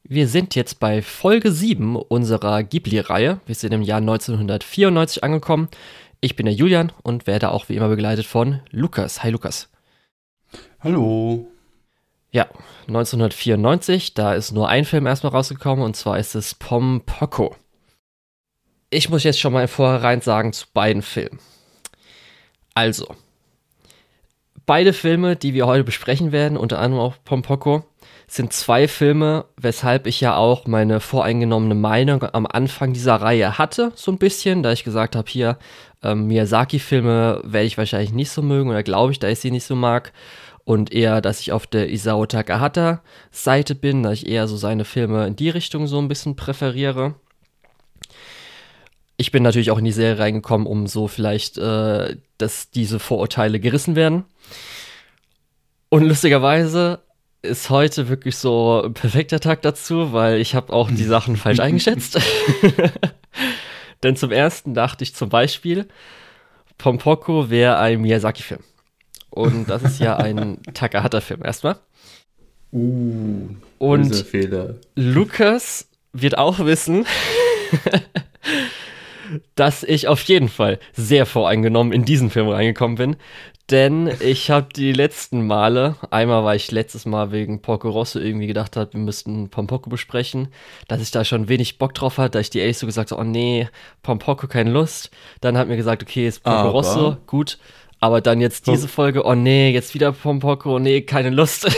Wir sind jetzt bei Folge 7 unserer Ghibli-Reihe. Wir sind im Jahr 1994 angekommen. Ich bin der Julian und werde auch wie immer begleitet von Lukas. Hi Lukas. Hallo. Ja, 1994, da ist nur ein Film erstmal rausgekommen und zwar ist es Pom Poko. Ich muss jetzt schon mal vorherein sagen zu beiden Filmen. Also, beide Filme, die wir heute besprechen werden, unter anderem auch Pom Poko, sind zwei Filme, weshalb ich ja auch meine voreingenommene Meinung am Anfang dieser Reihe hatte, so ein bisschen, da ich gesagt habe, hier, Miyazaki-Filme werde ich wahrscheinlich nicht so mögen oder glaube ich, da ich sie nicht so mag und eher, dass ich auf der Isao Takahata-Seite bin, da ich eher so seine Filme in die Richtung so ein bisschen präferiere. Ich bin natürlich auch in die Serie reingekommen, um so vielleicht, dass diese Vorurteile gerissen werden. Und lustigerweise ist heute wirklich so ein perfekter Tag dazu, weil ich habe auch die Sachen falsch eingeschätzt. Denn zum ersten dachte ich zum Beispiel, Pom Poko wäre ein Miyazaki-Film. Und das ist ja ein Takahata-Film erstmal. Böser Und Fehler. Lukas wird auch wissen, dass ich auf jeden Fall sehr voreingenommen in diesen Film reingekommen bin. Denn ich habe die letzten Male, einmal weil ich letztes Mal wegen Porco Rosso irgendwie gedacht habe, wir müssten Pom Poko besprechen, dass ich da schon wenig Bock drauf hatte, da ich die ehrlich so gesagt habe, oh nee, Pom Poko, keine Lust. Dann hat mir gesagt, okay, ist Porco Rosso, gut. Aber dann jetzt diese Folge, oh nee, jetzt wieder Pom Poko, oh nee, keine Lust.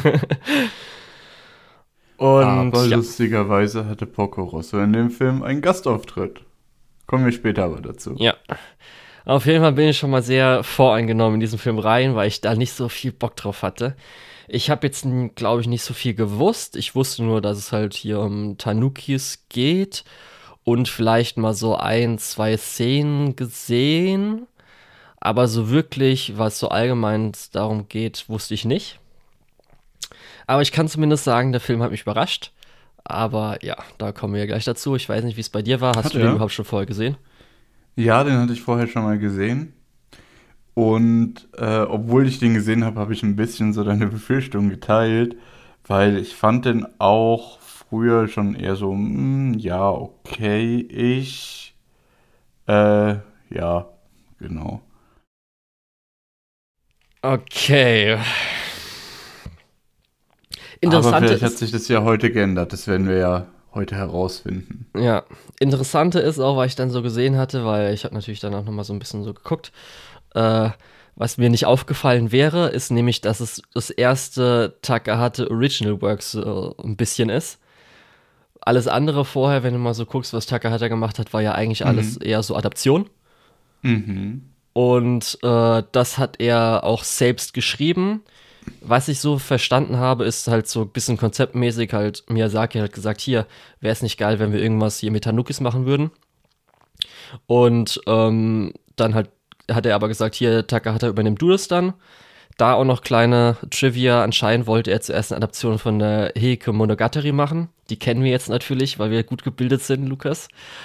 Und Aber ja. lustigerweise hatte Porco Rosso in dem Film einen Gastauftritt. Kommen wir später aber dazu. Ja. Auf jeden Fall bin ich schon mal sehr voreingenommen in diesen Film rein, weil ich da nicht so viel Bock drauf hatte. Ich habe jetzt, glaube ich, nicht so viel gewusst. Ich wusste nur, dass es halt hier um Tanukis geht und vielleicht mal so ein, zwei Szenen gesehen. Aber so wirklich, was so allgemein darum geht, wusste ich nicht. Aber ich kann zumindest sagen, der Film hat mich überrascht. Aber ja, da kommen wir ja gleich dazu. Ich weiß nicht, wie es bei dir war. Hast Hat du den er? überhaupt schon vorher gesehen? Ja, den hatte ich vorher schon mal gesehen. Und obwohl ich den gesehen habe, habe ich ein bisschen so deine Befürchtung geteilt, weil ich fand den auch früher schon eher so, ja, okay, ja, genau. Okay. Aber Interessante vielleicht hat ist, sich das ja heute geändert, das werden wir ja heute herausfinden. ja, Interessante ist auch, weil ich dann so gesehen hatte, weil ich habe natürlich dann auch noch mal so ein bisschen so geguckt, äh, was mir nicht aufgefallen wäre, ist nämlich, dass es das erste Takahata Original Works ein bisschen ist. Alles andere vorher, wenn du mal so guckst, was Takahata gemacht hat, war ja eigentlich alles Mhm. eher so Adaption. Mhm. Und das hat er auch selbst geschrieben. Was ich so verstanden habe, ist halt so ein bisschen konzeptmäßig halt, Miyazaki hat gesagt, hier, wäre es nicht geil, wenn wir irgendwas hier mit Tanukis machen würden. Und dann hat er aber gesagt, hier, Takahata, übernimm du das dann. Da auch noch kleine Trivia, anscheinend wollte er zuerst eine Adaption von der Heike Monogatari machen. Die kennen wir jetzt natürlich, weil wir gut gebildet sind, Lukas.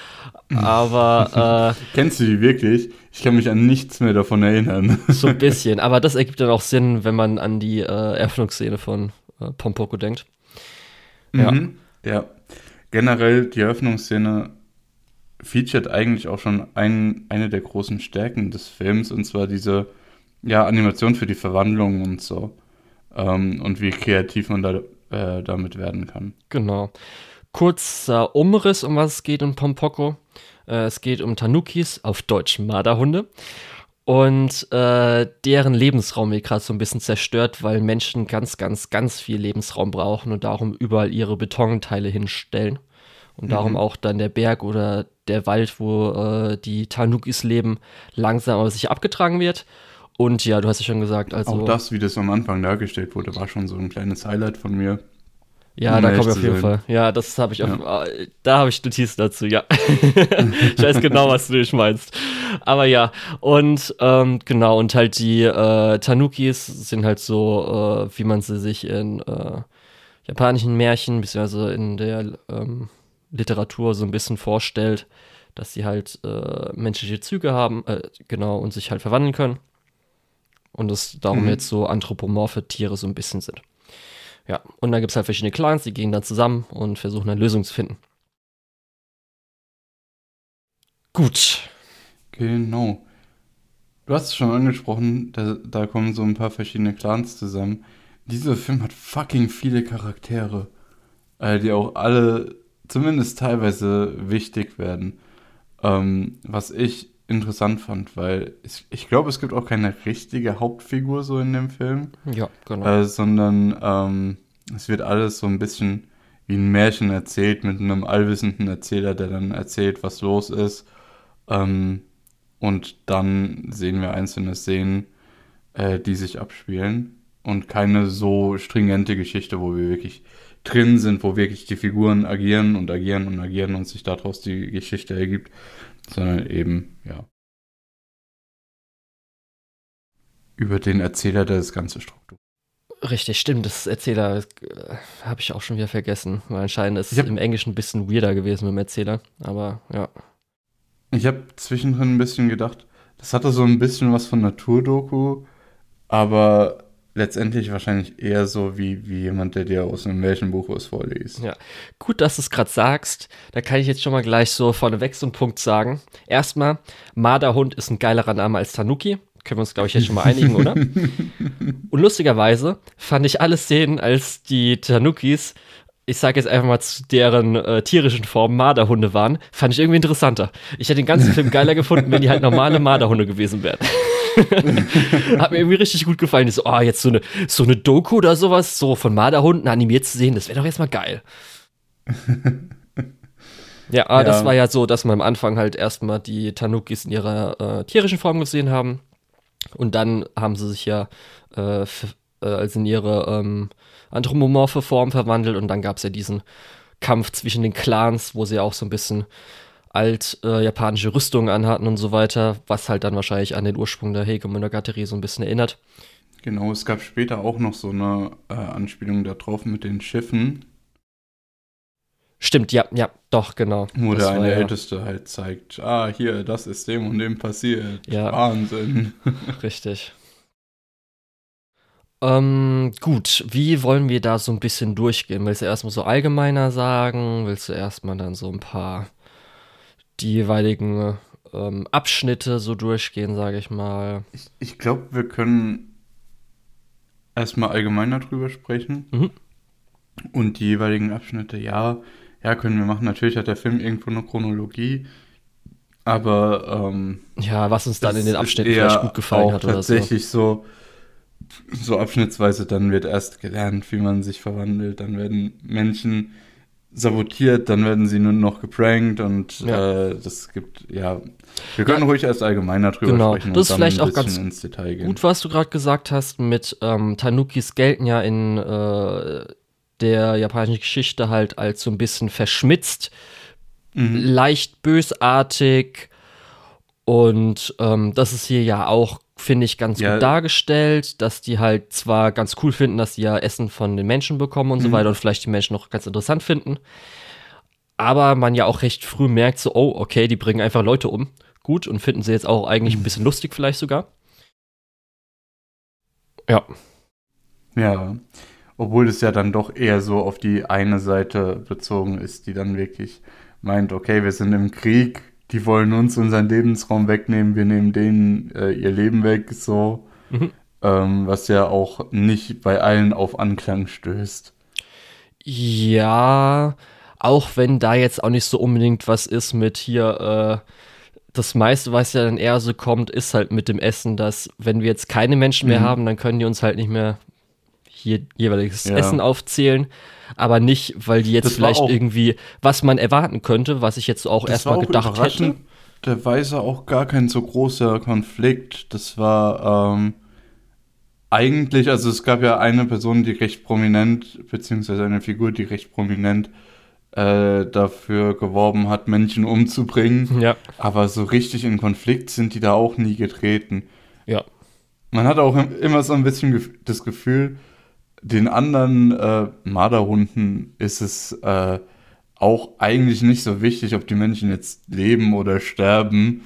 Aber Kennst du die wirklich? Ich kann mich an nichts mehr davon erinnern. so ein bisschen. Aber das ergibt dann auch Sinn, wenn man an die Eröffnungsszene von Pom Poko denkt. Ja. Mhm. Ja. Generell, die Eröffnungsszene featuret eigentlich auch schon eine der großen Stärken des Films, und zwar diese ja, Animation für die Verwandlung und so. Und wie kreativ man damit werden kann. Genau. Kurzer Umriss, um was es geht in Pom Poko. Es geht um Tanukis, auf Deutsch Marderhunde. Und deren Lebensraum wird gerade so ein bisschen zerstört, weil Menschen ganz, ganz, ganz viel Lebensraum brauchen und darum überall ihre Betonteile hinstellen. Und darum Mhm. auch dann der Berg oder der Wald, wo die Tanukis leben, langsam aber sicher abgetragen wird. Und ja, du hast ja schon gesagt, Auch also das, wie das am Anfang dargestellt wurde, war schon so ein kleines Highlight von mir, ja, um da kommen ehrlich wir zu auf jeden sein. Fall. Ja, das habe ich auf, Ja. da habe ich Notizen dazu, ja. Ich weiß genau, was du nicht meinst. Aber ja, und genau, und halt die Tanukis sind halt so, wie man sie sich in japanischen Märchen, beziehungsweise in der Literatur so ein bisschen vorstellt, dass sie halt menschliche Züge haben, genau, und sich halt verwandeln können. Und es darum Mhm. jetzt so anthropomorphe Tiere so ein bisschen sind. Ja, und dann gibt es halt verschiedene Clans, die gehen dann zusammen und versuchen eine Lösung zu finden. Gut. Genau. Du hast es schon angesprochen, da kommen so ein paar verschiedene Clans zusammen. Dieser Film hat fucking viele Charaktere, die auch alle zumindest teilweise wichtig werden. Was ich interessant fand, weil ich glaube, es gibt auch keine richtige Hauptfigur so in dem Film, Ja, genau. sondern es wird alles so ein bisschen wie ein Märchen erzählt mit einem allwissenden Erzähler, der dann erzählt, was los ist. Ähm, und dann sehen wir einzelne Szenen, die sich abspielen und keine so stringente Geschichte, wo wir wirklich drin sind, wo wirklich die Figuren agieren und agieren und agieren und sich daraus die Geschichte ergibt, sondern eben, ja, über den Erzähler, der das Ganze strukturiert. Richtig, stimmt. Das Erzähler habe ich auch schon wieder vergessen. Weil anscheinend ist Ich es hab- im Englischen ein bisschen weirder gewesen mit dem Erzähler. Aber ja. Ich habe zwischendrin ein bisschen gedacht, das hatte so ein bisschen was von Naturdoku, aber letztendlich wahrscheinlich eher so wie jemand, der dir aus einem Märchenbuch was vorliest. Ja, gut, dass du es gerade sagst. Da kann ich jetzt schon mal gleich so vorneweg so einen Punkt sagen. Erstmal, Marderhund ist ein geilerer Name als Tanuki. Können wir uns, glaube ich, jetzt schon mal einigen, oder? Und lustigerweise fand ich alle Szenen, als die Tanukis, ich sage jetzt einfach mal zu deren tierischen Form Marderhunde waren, fand ich irgendwie interessanter. Ich hätte den ganzen Film geiler gefunden, wenn die halt normale Marderhunde gewesen wären. Hat mir irgendwie richtig gut gefallen. Ich so, jetzt so eine Doku oder sowas, so von Marderhunden animiert zu sehen, das wäre doch jetzt mal geil. Ja, aber das war ja so, dass wir am Anfang halt erstmal die Tanukis in ihrer tierischen Form gesehen haben. Und dann haben sie sich ja also in ihre anthropomorphe Form verwandelt. Und dann gab es ja diesen Kampf zwischen den Clans, wo sie auch so ein bisschen japanische Rüstungen anhatten und so weiter, was halt dann wahrscheinlich an den Ursprung der Heike Monogatari so ein bisschen erinnert. Genau, es gab später auch noch so eine Anspielung darauf mit den Schiffen, Stimmt, ja, doch, genau. wo Das der eine war ja Älteste halt zeigt, hier, das ist dem und dem passiert. Ja. Wahnsinn. richtig. Gut, wie wollen wir da so ein bisschen durchgehen? Willst du erstmal so allgemeiner sagen? Willst du erstmal dann so ein paar die jeweiligen Abschnitte so durchgehen, sage ich mal? Ich glaube, wir können erstmal allgemeiner drüber sprechen Mhm. und die jeweiligen Abschnitte, ja, können wir machen. Natürlich hat der Film irgendwo eine Chronologie, aber Ja, was uns dann in den ist Abschnitten eher vielleicht gut gefallen auch hat oder so. tatsächlich so abschnittsweise, dann wird erst gelernt, wie man sich verwandelt, dann werden Menschen sabotiert, dann werden sie nur noch geprankt und Ja. das gibt, wir können ruhig erst allgemeiner drüber Genau. sprechen Das ist und dann vielleicht ein auch ganz bisschen ins Detail gehen. Gut, was du gerade gesagt hast mit Tanukis gelten ja in der japanischen Geschichte halt als so ein bisschen verschmitzt, leicht bösartig und das ist hier ja auch, finde ich, ganz Ja. gut dargestellt, dass die halt zwar ganz cool finden, dass sie ja Essen von den Menschen bekommen und so weiter und vielleicht die Menschen noch ganz interessant finden, aber man ja auch recht früh merkt so, oh, okay, die bringen einfach Leute um. Gut, und finden sie jetzt auch eigentlich ein bisschen lustig vielleicht sogar. Ja. Ja, obwohl es ja dann doch eher so auf die eine Seite bezogen ist, die dann wirklich meint, okay, wir sind im Krieg, die wollen uns unseren Lebensraum wegnehmen, wir nehmen denen ihr Leben weg, so. Was ja auch nicht bei allen auf Anklang stößt. Ja, auch wenn da jetzt auch nicht so unbedingt was ist mit hier, das meiste, was ja dann eher so kommt, ist halt mit dem Essen, dass wenn wir jetzt keine Menschen mehr haben, dann können die uns halt nicht mehr hier jeweiliges Essen aufzählen, aber nicht, weil die jetzt Das war vielleicht auch- irgendwie, was man erwarten könnte, was ich jetzt auch Das erstmal war auch gedacht hätte. überraschenderweise auch gar kein so großer Konflikt. Das war eigentlich, also es gab ja eine Person, die recht prominent, beziehungsweise eine Figur, die recht prominent dafür geworben hat, Menschen umzubringen. Ja, Aber so richtig in Konflikt sind die da auch nie getreten. ja, Man hat auch immer so ein bisschen das Gefühl, den anderen Marderhunden ist es auch eigentlich nicht so wichtig, ob die Menschen jetzt leben oder sterben.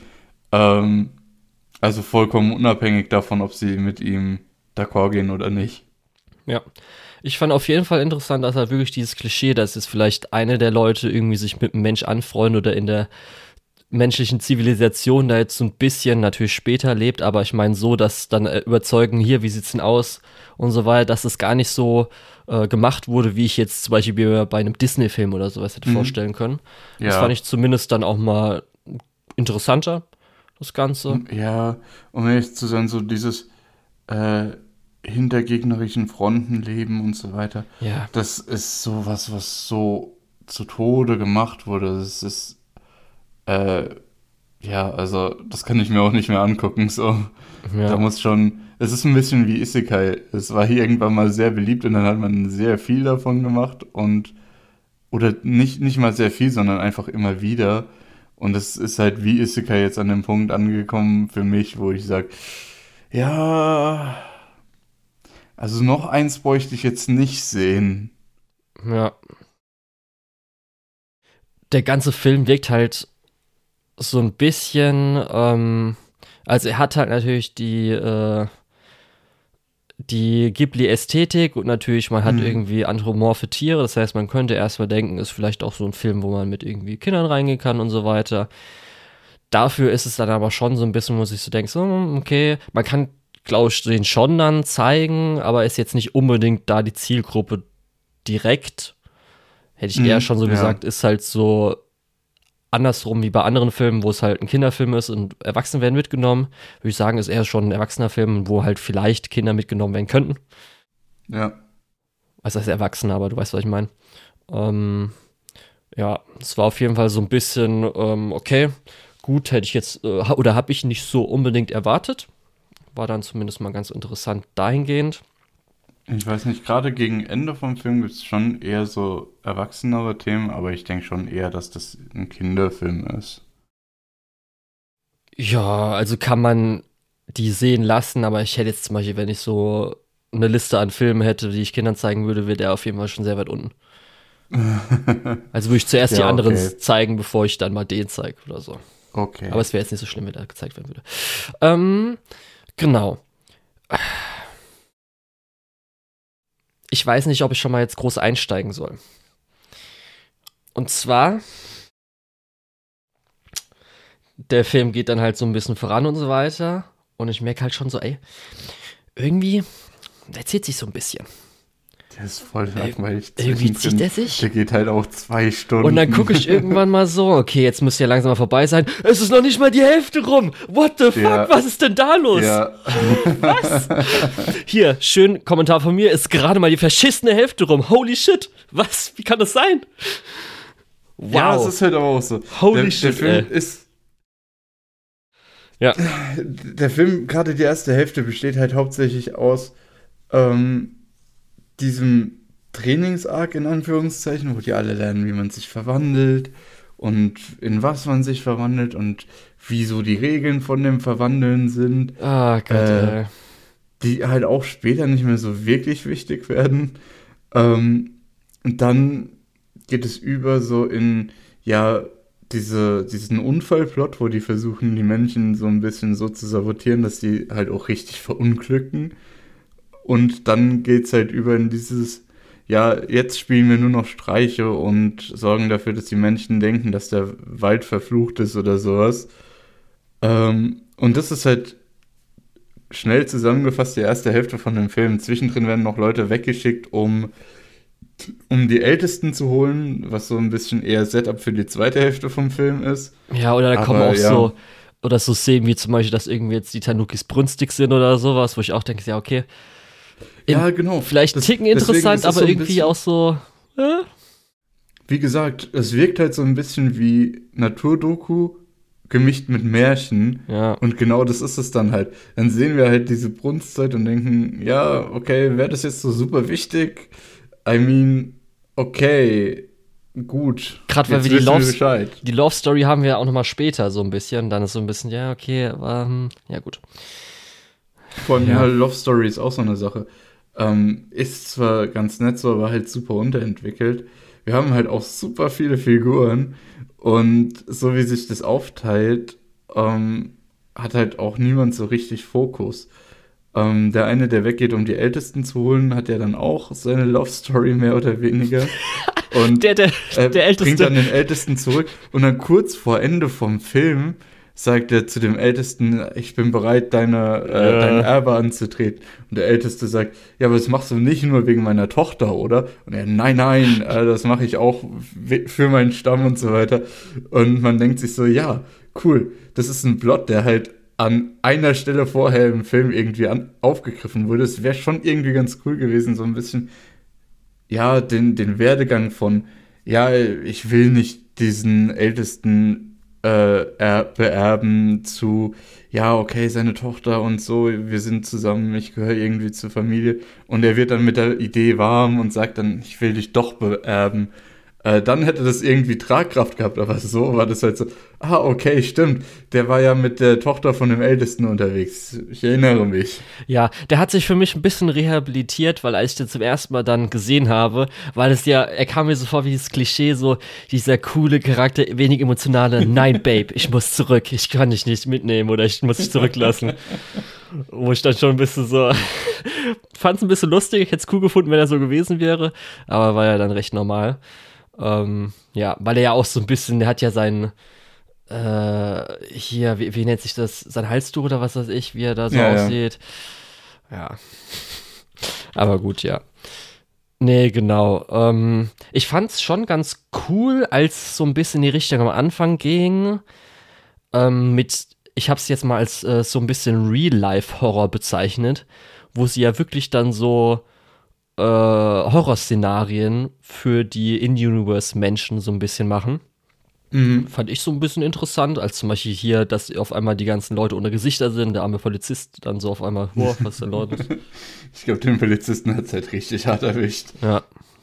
Also vollkommen unabhängig davon, ob sie mit ihm d'accord gehen oder nicht. ja. Ich fand auf jeden Fall interessant, dass halt wirklich dieses Klischee, dass jetzt vielleicht eine der Leute irgendwie sich mit einem Mensch anfreundet oder in der menschlichen Zivilisation da jetzt so ein bisschen natürlich später lebt, aber ich meine so, dass dann überzeugen, hier, wie sieht's denn aus und so weiter, dass es gar nicht so gemacht wurde, wie ich jetzt zum Beispiel mir bei einem Disney-Film oder sowas hätte vorstellen können. Das Ja. fand ich zumindest dann auch mal interessanter, das Ganze. Ja, um ehrlich zu sein, so dieses äh, hinter gegnerischen Fronten leben und so weiter, Ja, das ist sowas, was so zu Tode gemacht wurde. Das ist, äh, ja, also das kann ich mir auch nicht mehr angucken. So, da ja, muss schon, es ist ein bisschen wie Isekai. Es war hier irgendwann mal sehr beliebt und dann hat man sehr viel davon gemacht und oder nicht mal sehr viel, sondern einfach immer wieder. Und es ist halt wie Isekai jetzt an dem Punkt angekommen für mich, wo ich sage, ja, also noch eins bräuchte ich jetzt nicht sehen. ja. Der ganze Film wirkt halt so ein bisschen, also er hat halt natürlich die Ghibli-Ästhetik und natürlich, man hat Hm, irgendwie anthropomorphe Tiere, das heißt, man könnte erstmal denken, ist vielleicht auch so ein Film, wo man mit irgendwie Kindern reingehen kann und so weiter. Dafür ist es dann aber schon so ein bisschen, wo sich so denkt, so, okay, man kann, glaube ich, den schon dann zeigen, aber ist jetzt nicht unbedingt da die Zielgruppe direkt. Hätte ich eher schon so ja, gesagt, ist halt so andersrum wie bei anderen Filmen, wo es halt ein Kinderfilm ist und Erwachsene werden mitgenommen, würde ich sagen, ist eher schon ein erwachsener Film, wo halt vielleicht Kinder mitgenommen werden könnten. ja. Was heißt Erwachsene, aber du weißt, was ich meine. Ähm, ja, es war auf jeden Fall so ein bisschen, okay, gut, hätte ich jetzt, oder habe ich nicht so unbedingt erwartet. War dann zumindest mal ganz interessant dahingehend. Ich weiß nicht, gerade gegen Ende vom Film gibt es schon eher so erwachsenere Themen, aber ich denke schon eher, dass das ein Kinderfilm ist. Ja, also kann man die sehen lassen, aber ich hätte jetzt zum Beispiel, wenn ich so eine Liste an Filmen hätte, die ich Kindern zeigen würde, wäre der auf jeden Fall schon sehr weit unten. Also würde ich zuerst die Ja, anderen okay. zeigen, bevor ich dann mal den zeige oder so. Aber Okay. es wäre jetzt nicht so schlimm, wenn der gezeigt werden würde. Ähm, genau. Ich weiß nicht, ob ich schon mal jetzt groß einsteigen soll. Und zwar, der Film geht dann halt so ein bisschen voran und so weiter. Und ich merke halt schon so, ey, irgendwie, der zieht sich so ein bisschen. Der ist voll Ir langweilig irgendwie zieht zwischendrin. er sich. Der geht halt auch zwei Und dann Stunden. gucke ich irgendwann mal so, okay, jetzt müsste ja langsam mal vorbei sein. Es ist noch nicht mal die Hälfte rum. What the fuck? Ja, Was ist denn da los? ja. Was? Hier, schön Kommentar von mir, ist gerade mal die verschissene Hälfte rum. Holy shit. Was? Wie kann das sein? Ja, es Wow. ist halt aber auch so. Holy Der shit, Film ey. ist. Ja. Der Film, gerade die erste Hälfte, besteht halt hauptsächlich aus ähm, diesem Trainingsarg in Anführungszeichen, wo die alle lernen, wie man sich verwandelt und in was man sich verwandelt und wie so die Regeln von dem Verwandeln sind, Ah, Gott, äh, ey. die halt auch später nicht mehr so wirklich wichtig werden. Und dann geht es über so in, ja, diesen Unfallplot, wo die versuchen, die Menschen so ein bisschen so zu sabotieren, dass die halt auch richtig verunglücken. Und dann geht's halt über in dieses, ja, jetzt spielen wir nur noch Streiche und sorgen dafür, dass die Menschen denken, dass der Wald verflucht ist oder sowas. Und das ist halt schnell zusammengefasst die erste Hälfte von dem Film. Zwischendrin werden noch Leute weggeschickt, um die Ältesten zu holen, was so ein bisschen eher Setup für die zweite Hälfte vom Film ist. Ja, oder da kommen Aber auch ja, so, oder so Szenen wie zum Beispiel, dass irgendwie jetzt die Tanukis brünstig sind oder sowas, wo ich auch denke, ja, okay, ja, genau. vielleicht ein Ticken Deswegen interessant, ist es aber so ein irgendwie bisschen, auch so, wie gesagt, es wirkt halt so ein bisschen wie Naturdoku gemischt mit Märchen. ja. Und genau das ist es dann halt. Dann sehen wir halt diese Brunstzeit und denken, ja, okay, wäre das jetzt so super wichtig? I mean, okay, gut. Gerade weil Jetzt wir wissen wir Bescheid. Die Love Story haben wir auch noch mal später so ein bisschen, dann ist so ein bisschen, ja, okay, aber, ja, gut. Vor allem Ja. halt Love Story ist auch so eine Sache. Ist zwar ganz nett so, aber halt super unterentwickelt. Wir haben halt auch super viele Figuren und so wie sich das aufteilt, hat halt auch niemand so richtig Fokus. Der eine, der weggeht, um die Ältesten zu holen, hat ja dann auch seine Love Story mehr oder weniger. Und Der Älteste. bringt dann den Ältesten zurück. Und dann kurz vor Ende vom Film sagt er zu dem Ältesten, ich bin bereit, dein Erbe anzutreten. Und der Älteste sagt, ja, aber das machst du nicht nur wegen meiner Tochter, oder? Und er, nein, das mache ich auch für meinen Stamm und so weiter. Und man denkt sich so, ja, cool, das ist ein Plot, der halt an einer Stelle vorher im Film irgendwie aufgegriffen wurde. Es wäre schon irgendwie ganz cool gewesen, so ein bisschen, ja, den Werdegang von, ja, ich will nicht diesen Ältesten beerben zu, ja, okay, seine Tochter und so, wir sind zusammen, ich gehöre irgendwie zur Familie. Und er wird dann mit der Idee warm und sagt dann, ich will dich doch beerben. Dann hätte das irgendwie Tragkraft gehabt, aber so war das halt so, okay, stimmt, der war ja mit der Tochter von dem Ältesten unterwegs. Ich erinnere mich. Ja, der hat sich für mich ein bisschen rehabilitiert, weil als ich den zum ersten Mal dann gesehen habe, weil es ja, er kam mir so vor wie dieses Klischee, so dieser coole Charakter, wenig emotionale, nein, Babe, ich muss zurück, ich kann dich nicht mitnehmen oder ich muss dich zurücklassen. Wo ich dann schon ein bisschen so, fand es ein bisschen lustig, ich hätte es cool gefunden, wenn er so gewesen wäre, aber war ja dann recht normal. Ja, weil er ja auch so ein bisschen, der hat ja sein, hier, wie nennt sich das, sein Halstuch oder was weiß ich, wie er da so aussieht. Ja. Aber gut, ja. Nee, genau. Ich fand's schon ganz cool, als so ein bisschen die Richtung am Anfang ging, ich hab's jetzt mal als so ein bisschen Real-Life-Horror bezeichnet, wo sie ja wirklich dann so Horrorszenarien für die In-Universe-Menschen so ein bisschen machen. Fand ich so ein bisschen interessant, als zum Beispiel hier, dass auf einmal die ganzen Leute ohne Gesichter sind, der arme Polizist dann so auf einmal, was ist denn los? Ich glaube, den Polizisten hat es halt richtig hart erwischt. Ja.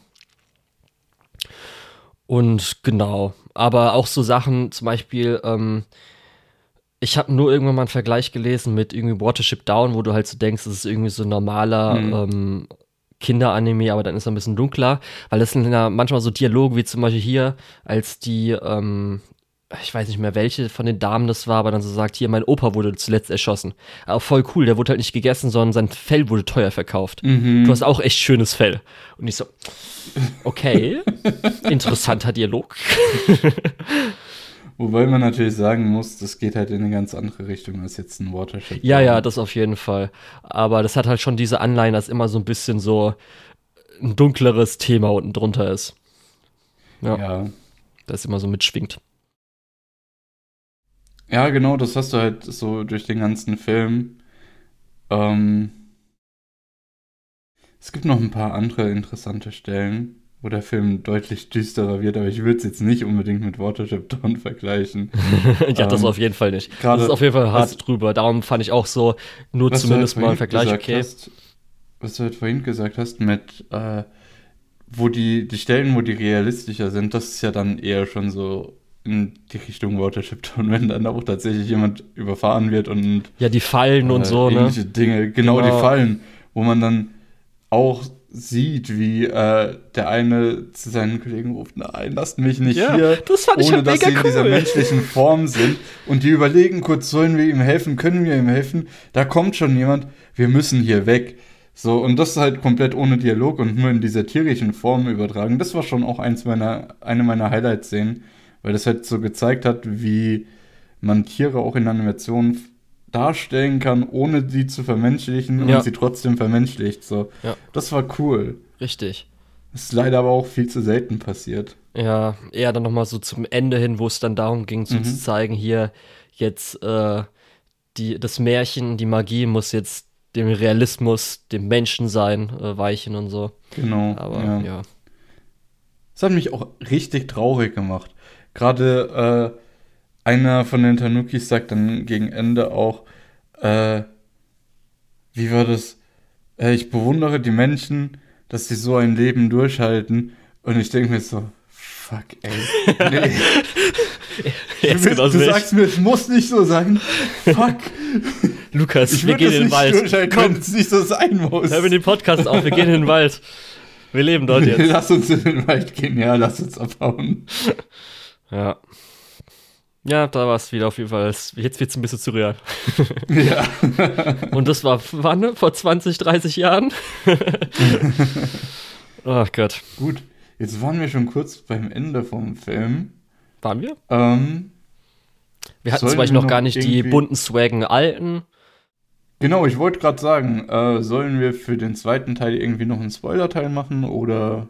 Und genau, aber auch so Sachen, zum Beispiel, ich habe nur irgendwann mal einen Vergleich gelesen mit irgendwie Watership Down, wo du halt so denkst, es ist irgendwie so ein normaler Kinderanime, aber dann ist er ein bisschen dunkler, weil das sind ja manchmal so Dialoge, wie zum Beispiel hier, als die, ich weiß nicht mehr, welche von den Damen das war, aber dann so sagt, hier, mein Opa wurde zuletzt erschossen. Aber voll cool, der wurde halt nicht gegessen, sondern sein Fell wurde teuer verkauft. Du hast auch echt schönes Fell. Und ich so, okay, interessanter Dialog. Wobei man natürlich sagen muss, das geht halt in eine ganz andere Richtung als jetzt ein Watership. Ja, das auf jeden Fall. Aber das hat halt schon diese Anleihen, dass immer so ein bisschen so ein dunkleres Thema unten drunter ist. Ja. Das immer so mitschwingt. Ja, genau, das hast du halt so durch den ganzen Film. Es gibt noch ein paar andere interessante Stellen, wo der Film deutlich düsterer wird, aber ich würde es jetzt nicht unbedingt mit Watership Down vergleichen. Ja, das auf jeden Fall nicht. Das ist auf jeden Fall hart drüber. Darum fand ich auch so, nur zumindest mal ein Vergleich, okay. Was du halt vorhin gesagt hast, mit wo die Stellen, wo die realistischer sind, das ist ja dann eher schon so in die Richtung Watership Down, wenn dann auch tatsächlich jemand überfahren wird und ja, die Fallen und so, ähnliche Dinge, genau, die Fallen, wo man dann auch sieht, wie der eine zu seinen Kollegen ruft, nein, lasst mich nicht hier, das fand ich ohne halt dass mega sie in dieser cool. menschlichen Form sind. Und die überlegen kurz, sollen wir ihm helfen, können wir ihm helfen? Da kommt schon jemand, wir müssen hier weg. So, und das halt komplett ohne Dialog und nur in dieser tierischen Form übertragen. Das war schon auch eine meiner Highlight-Szenen, weil das halt so gezeigt hat, wie man Tiere auch in Animationen darstellen kann, ohne die zu vermenschlichen und sie trotzdem vermenschlicht. So. Ja. Das war cool. Richtig. Das ist leider aber auch viel zu selten passiert. Ja, eher dann nochmal so zum Ende hin, wo es dann darum ging, zu zeigen, hier jetzt das Märchen, die Magie muss jetzt dem Realismus, dem Menschen sein, weichen und so. Genau. Aber ja. Das hat mich auch richtig traurig gemacht. Gerade einer von den Tanukis sagt dann gegen Ende auch, wie war das? Ich bewundere die Menschen, dass sie so ein Leben durchhalten. Und ich denke mir so, fuck, ey. Nee. Du sagst mir, es muss nicht so sein. Fuck. Lukas, wir gehen in den Wald. Komm, wenn es nicht so sein muss. Hör mir den Podcast auf, wir gehen in den Wald. Wir leben dort jetzt. Lass uns in den Wald gehen, ja, lass uns abhauen. Ja. Ja, da war es wieder auf jeden Fall. Jetzt wird es ein bisschen surreal. Ja. Und das war, wann? Vor 20, 30 Jahren? Oh Gott. Gut, jetzt waren wir schon kurz beim Ende vom Film. Waren wir? Ähm, Wir hatten sollen zum Beispiel wir noch gar nicht die irgendwie- bunten Swaggen alten. Genau, ich wollte gerade sagen, sollen wir für den zweiten Teil irgendwie noch einen Spoiler-Teil machen oder?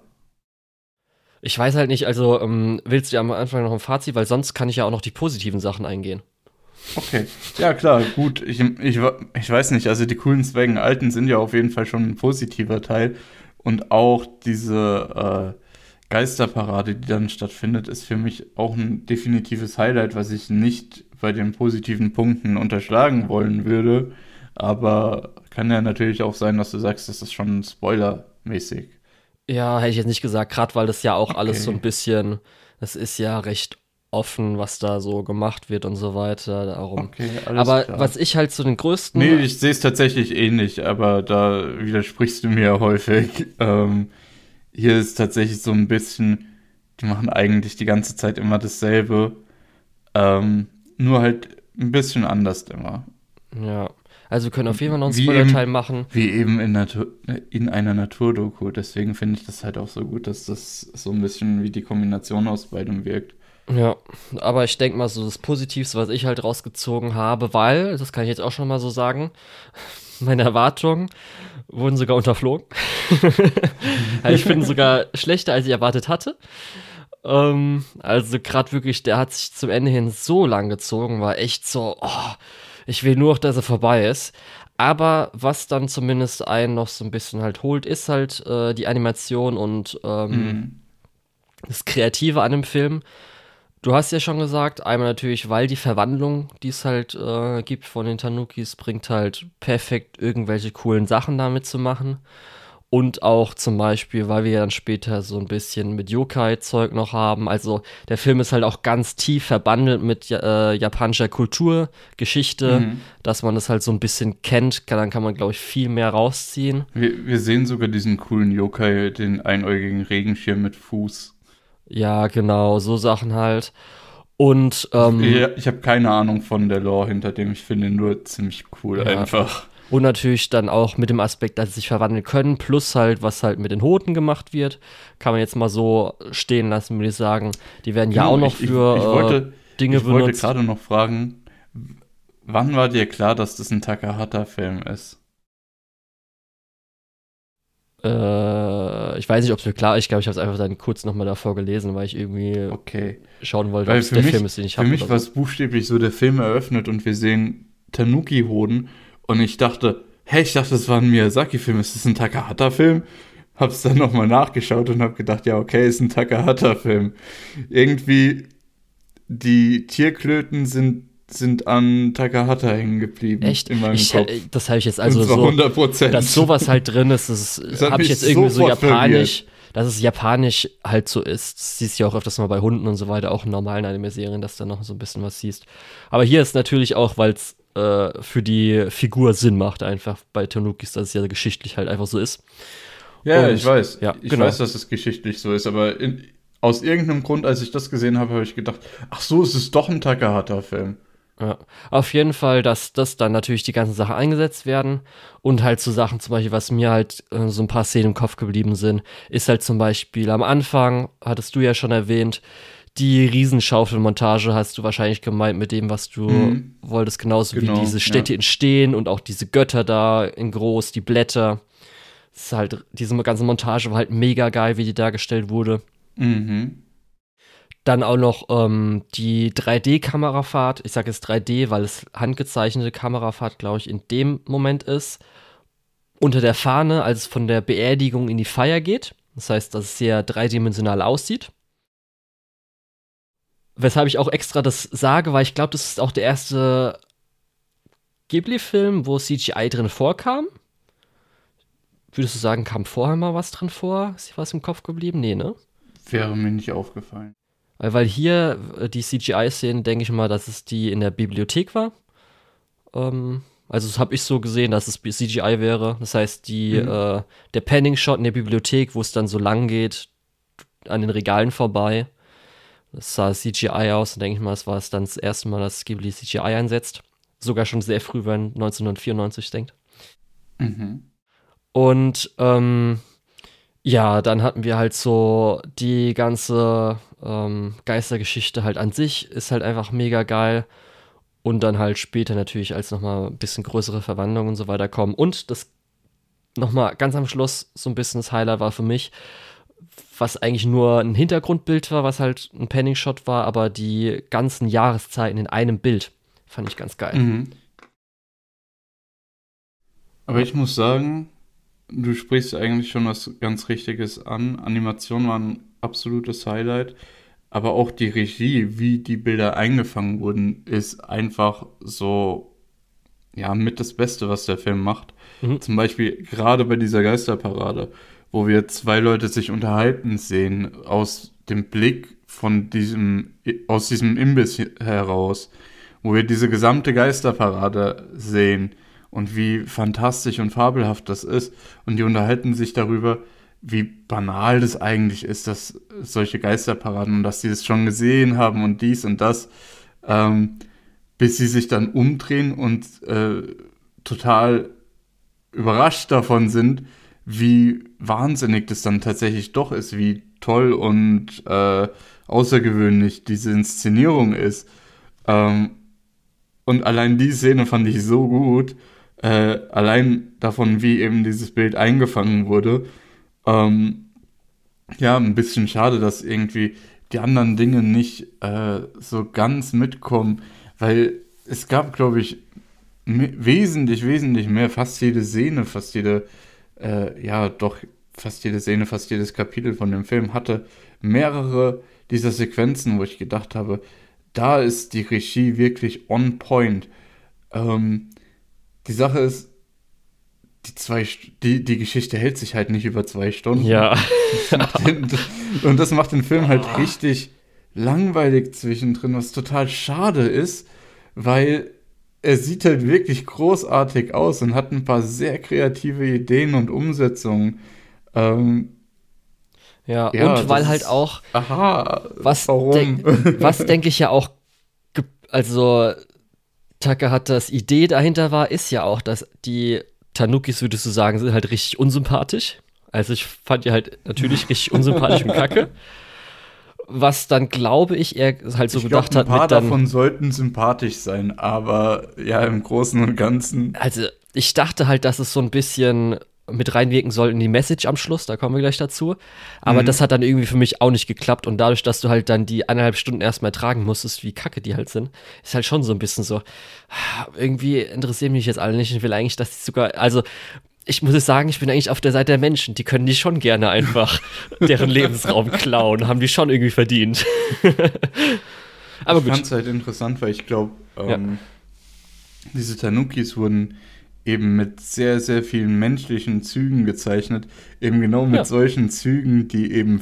Ich weiß halt nicht, also willst du ja am Anfang noch ein Fazit, weil sonst kann ich ja auch noch die positiven Sachen eingehen. Okay, ja klar, gut. Ich weiß nicht, also die coolen Zwergen Alten sind ja auf jeden Fall schon ein positiver Teil. Und auch diese Geisterparade, die dann stattfindet, ist für mich auch ein definitives Highlight, was ich nicht bei den positiven Punkten unterschlagen wollen würde. Aber kann ja natürlich auch sein, dass du sagst, das ist schon spoilermäßig. Ja, hätte ich jetzt nicht gesagt, gerade weil das ja auch alles so Okay. ein bisschen, das ist ja recht offen, was da so gemacht wird und so weiter, darum. Okay, alles Aber klar. was ich halt zu den größten, Nee, ich sehe es tatsächlich ähnlich, aber da widersprichst du mir häufig. Hier ist tatsächlich so ein bisschen, die machen eigentlich die ganze Zeit immer dasselbe, nur halt ein bisschen anders immer. ja, also wir können auf jeden Fall noch einen Wie Spoiler-Teil eben, machen. wie eben in einer Naturdoku. Deswegen finde ich das halt auch so gut, dass das so ein bisschen wie die Kombination aus beidem wirkt. Ja, aber ich denke mal, so das Positivste, was ich halt rausgezogen habe, weil, das kann ich jetzt auch schon mal so sagen, meine Erwartungen wurden sogar unterflogen. Also ich finde sogar schlechter, als ich erwartet hatte. Also gerade wirklich, der hat sich zum Ende hin so lang gezogen, war echt so, oh, ich will nur noch, dass er vorbei ist. Aber was dann zumindest einen noch so ein bisschen halt holt, ist halt die Animation und Mhm. das Kreative an dem Film. Du hast ja schon gesagt, einmal natürlich, weil die Verwandlung, die es halt gibt von den Tanukis, bringt halt perfekt irgendwelche coolen Sachen damit zu machen. Und auch zum Beispiel, weil wir ja dann später so ein bisschen mit Yokai-Zeug noch haben. Also der Film ist halt auch ganz tief verbandelt mit japanischer Kultur, Geschichte, Mhm. dass man das halt so ein bisschen kennt. Dann kann man, glaube ich, viel mehr rausziehen. Wir sehen sogar diesen coolen Yokai, den einäugigen Regenschirm mit Fuß. Ja, genau, so Sachen halt. Und Ja, ich habe keine Ahnung von der Lore hinter dem. Ich finde ihn nur ziemlich cool Ja. einfach. Und natürlich dann auch mit dem Aspekt, dass sie sich verwandeln können, plus halt, was halt mit den Hoten gemacht wird. Kann man jetzt mal so stehen lassen, würde ich sagen. Die werden ja Genau, auch noch für Dinge ich wollte benutzt. gerade noch fragen, wann war dir klar, dass das ein Takahata-Film ist? Ich weiß nicht, ob es mir klar ist. Ich glaube, ich habe es einfach dann kurz nochmal davor gelesen, weil ich irgendwie Okay. schauen wollte, ob Weil es der Film ist, den ich für habe. mich war es buchstäblich so, der Film eröffnet und wir sehen Tanuki-Hoden und ich dachte, das war ein Miyazaki-Film, ist das ein Takahata-Film? Hab's dann nochmal nachgeschaut und hab gedacht, ja, okay, ist ein Takahata-Film. Irgendwie, die Tierklöten sind an Takahata hängen geblieben. Echt? In meinem Kopf. Das habe ich jetzt also und zwar so, 100%. dass sowas halt drin ist, Das das hat habe ich mich jetzt irgendwie so sofort japanisch, dass es japanisch halt so ist. Das siehst du ja auch öfters mal bei Hunden und so weiter, auch in normalen Anime-Serien, dass da noch so ein bisschen was siehst. Aber hier ist natürlich auch, weil es für die Figur Sinn macht, einfach bei Tanukis, dass es ja geschichtlich halt einfach so ist. Ja, Und- ich weiß. ja, Ich genau. weiß, dass es geschichtlich so ist, aber aus irgendeinem Grund, als ich das gesehen habe, habe ich gedacht, ach so, es ist doch ein Takahata-Film. Ja, auf jeden Fall, dass das dann natürlich die ganzen Sachen eingesetzt werden und halt so Sachen zum Beispiel, was mir halt so ein paar Szenen im Kopf geblieben sind, ist halt zum Beispiel am Anfang, hattest du ja schon erwähnt, die Riesenschaufelmontage hast du wahrscheinlich gemeint mit dem, was du Mhm. wolltest, genauso Genau, wie diese Städte ja. entstehen und auch diese Götter da in groß, die Blätter. Das ist halt, diese ganze Montage war halt mega geil, wie die dargestellt wurde. Mhm. Dann auch noch die 3D-Kamerafahrt. Ich sage jetzt 3D, weil es handgezeichnete Kamerafahrt, glaube ich, in dem Moment ist. Unter der Fahne, als es von der Beerdigung in die Feier geht. Das heißt, dass es sehr dreidimensional aussieht. Weshalb ich auch extra das sage, weil ich glaube, das ist auch der erste Ghibli-Film, wo CGI drin vorkam. Würdest du sagen, kam vorher mal was drin vor? Ist dir was im Kopf geblieben? Nee, ne? Wäre mir nicht aufgefallen. Weil hier die CGI-Szenen, denke ich mal, dass es die in der Bibliothek war. Also das habe ich so gesehen, dass es CGI wäre. Das heißt, der Panning-Shot in der Bibliothek, wo es dann so lang geht, an den Regalen vorbei. Es sah CGI aus und denke ich mal, es war es dann das erste Mal, dass Ghibli CGI einsetzt. Sogar schon sehr früh, wenn 1994 denkt. Mhm. Und ja, dann hatten wir halt so die ganze Geistergeschichte halt an sich, ist halt einfach mega geil. Und dann halt später natürlich, als nochmal ein bisschen größere Verwandlungen und so weiter kommen. Und das nochmal ganz am Schluss so ein bisschen das Highlight war für mich, was eigentlich nur ein Hintergrundbild war, was halt ein Panning-Shot war, aber die ganzen Jahreszeiten in einem Bild fand ich ganz geil. Mhm. Aber ich muss sagen, du sprichst eigentlich schon was ganz Richtiges an. Animation war ein absolutes Highlight. Aber auch die Regie, wie die Bilder eingefangen wurden, ist einfach so, ja, mit das Beste, was der Film macht. Mhm. Zum Beispiel gerade bei dieser Geisterparade, wo wir zwei Leute sich unterhalten sehen, aus dem Blick aus diesem Imbiss heraus, wo wir diese gesamte Geisterparade sehen und wie fantastisch und fabelhaft das ist. Und die unterhalten sich darüber, wie banal das eigentlich ist, dass solche Geisterparaden und dass sie es schon gesehen haben und dies und das, bis sie sich dann umdrehen und total überrascht davon sind, wie wahnsinnig das dann tatsächlich doch ist, wie toll und außergewöhnlich diese Inszenierung ist. Und allein die Szene fand ich so gut, allein davon, wie eben dieses Bild eingefangen wurde. Ja, ein bisschen schade, dass irgendwie die anderen Dinge nicht so ganz mitkommen, weil es gab, glaube ich, wesentlich mehr, fast jede Szene, fast jede Szene, fast jedes Kapitel von dem Film hatte mehrere dieser Sequenzen, wo ich gedacht habe, da ist die Regie wirklich on point. Die Sache ist, die Geschichte hält sich halt nicht über 2 Stunden. Ja. Und das macht den Film halt richtig langweilig zwischendrin, was total schade ist, weil er sieht halt wirklich großartig aus und hat ein paar sehr kreative Ideen und Umsetzungen. Ja, Ja, und weil das halt ist, auch, aha, was, warum? was denke ich ja auch, also Takahatas Idee dahinter war, ist ja auch, dass die Tanukis, würdest du sagen, sind halt richtig unsympathisch. Also ich fand die halt natürlich richtig unsympathisch und kacke. Was dann, glaube ich, er halt so Ich glaube, gedacht ein hat paar mit dann. davon sollten sympathisch sein, aber ja, im Großen und Ganzen. Also ich dachte halt, dass es so ein bisschen mit reinwirken soll in die Message am Schluss, da kommen wir gleich dazu. Aber das hat dann irgendwie für mich auch nicht geklappt. Und dadurch, dass du halt dann die 1,5 Stunden erstmal tragen musstest, wie kacke die halt sind, ist halt schon so ein bisschen so, irgendwie interessieren mich jetzt alle nicht. Ich will eigentlich, dass die sogar, also ich muss jetzt sagen, ich bin eigentlich auf der Seite der Menschen. Die können die schon gerne einfach deren Lebensraum klauen. Haben die schon irgendwie verdient. Aber Ich gut. fand es halt interessant, weil ich glaube, Ja. diese Tanukis wurden eben mit sehr, sehr vielen menschlichen Zügen gezeichnet. Eben genau mit Ja. solchen Zügen, die eben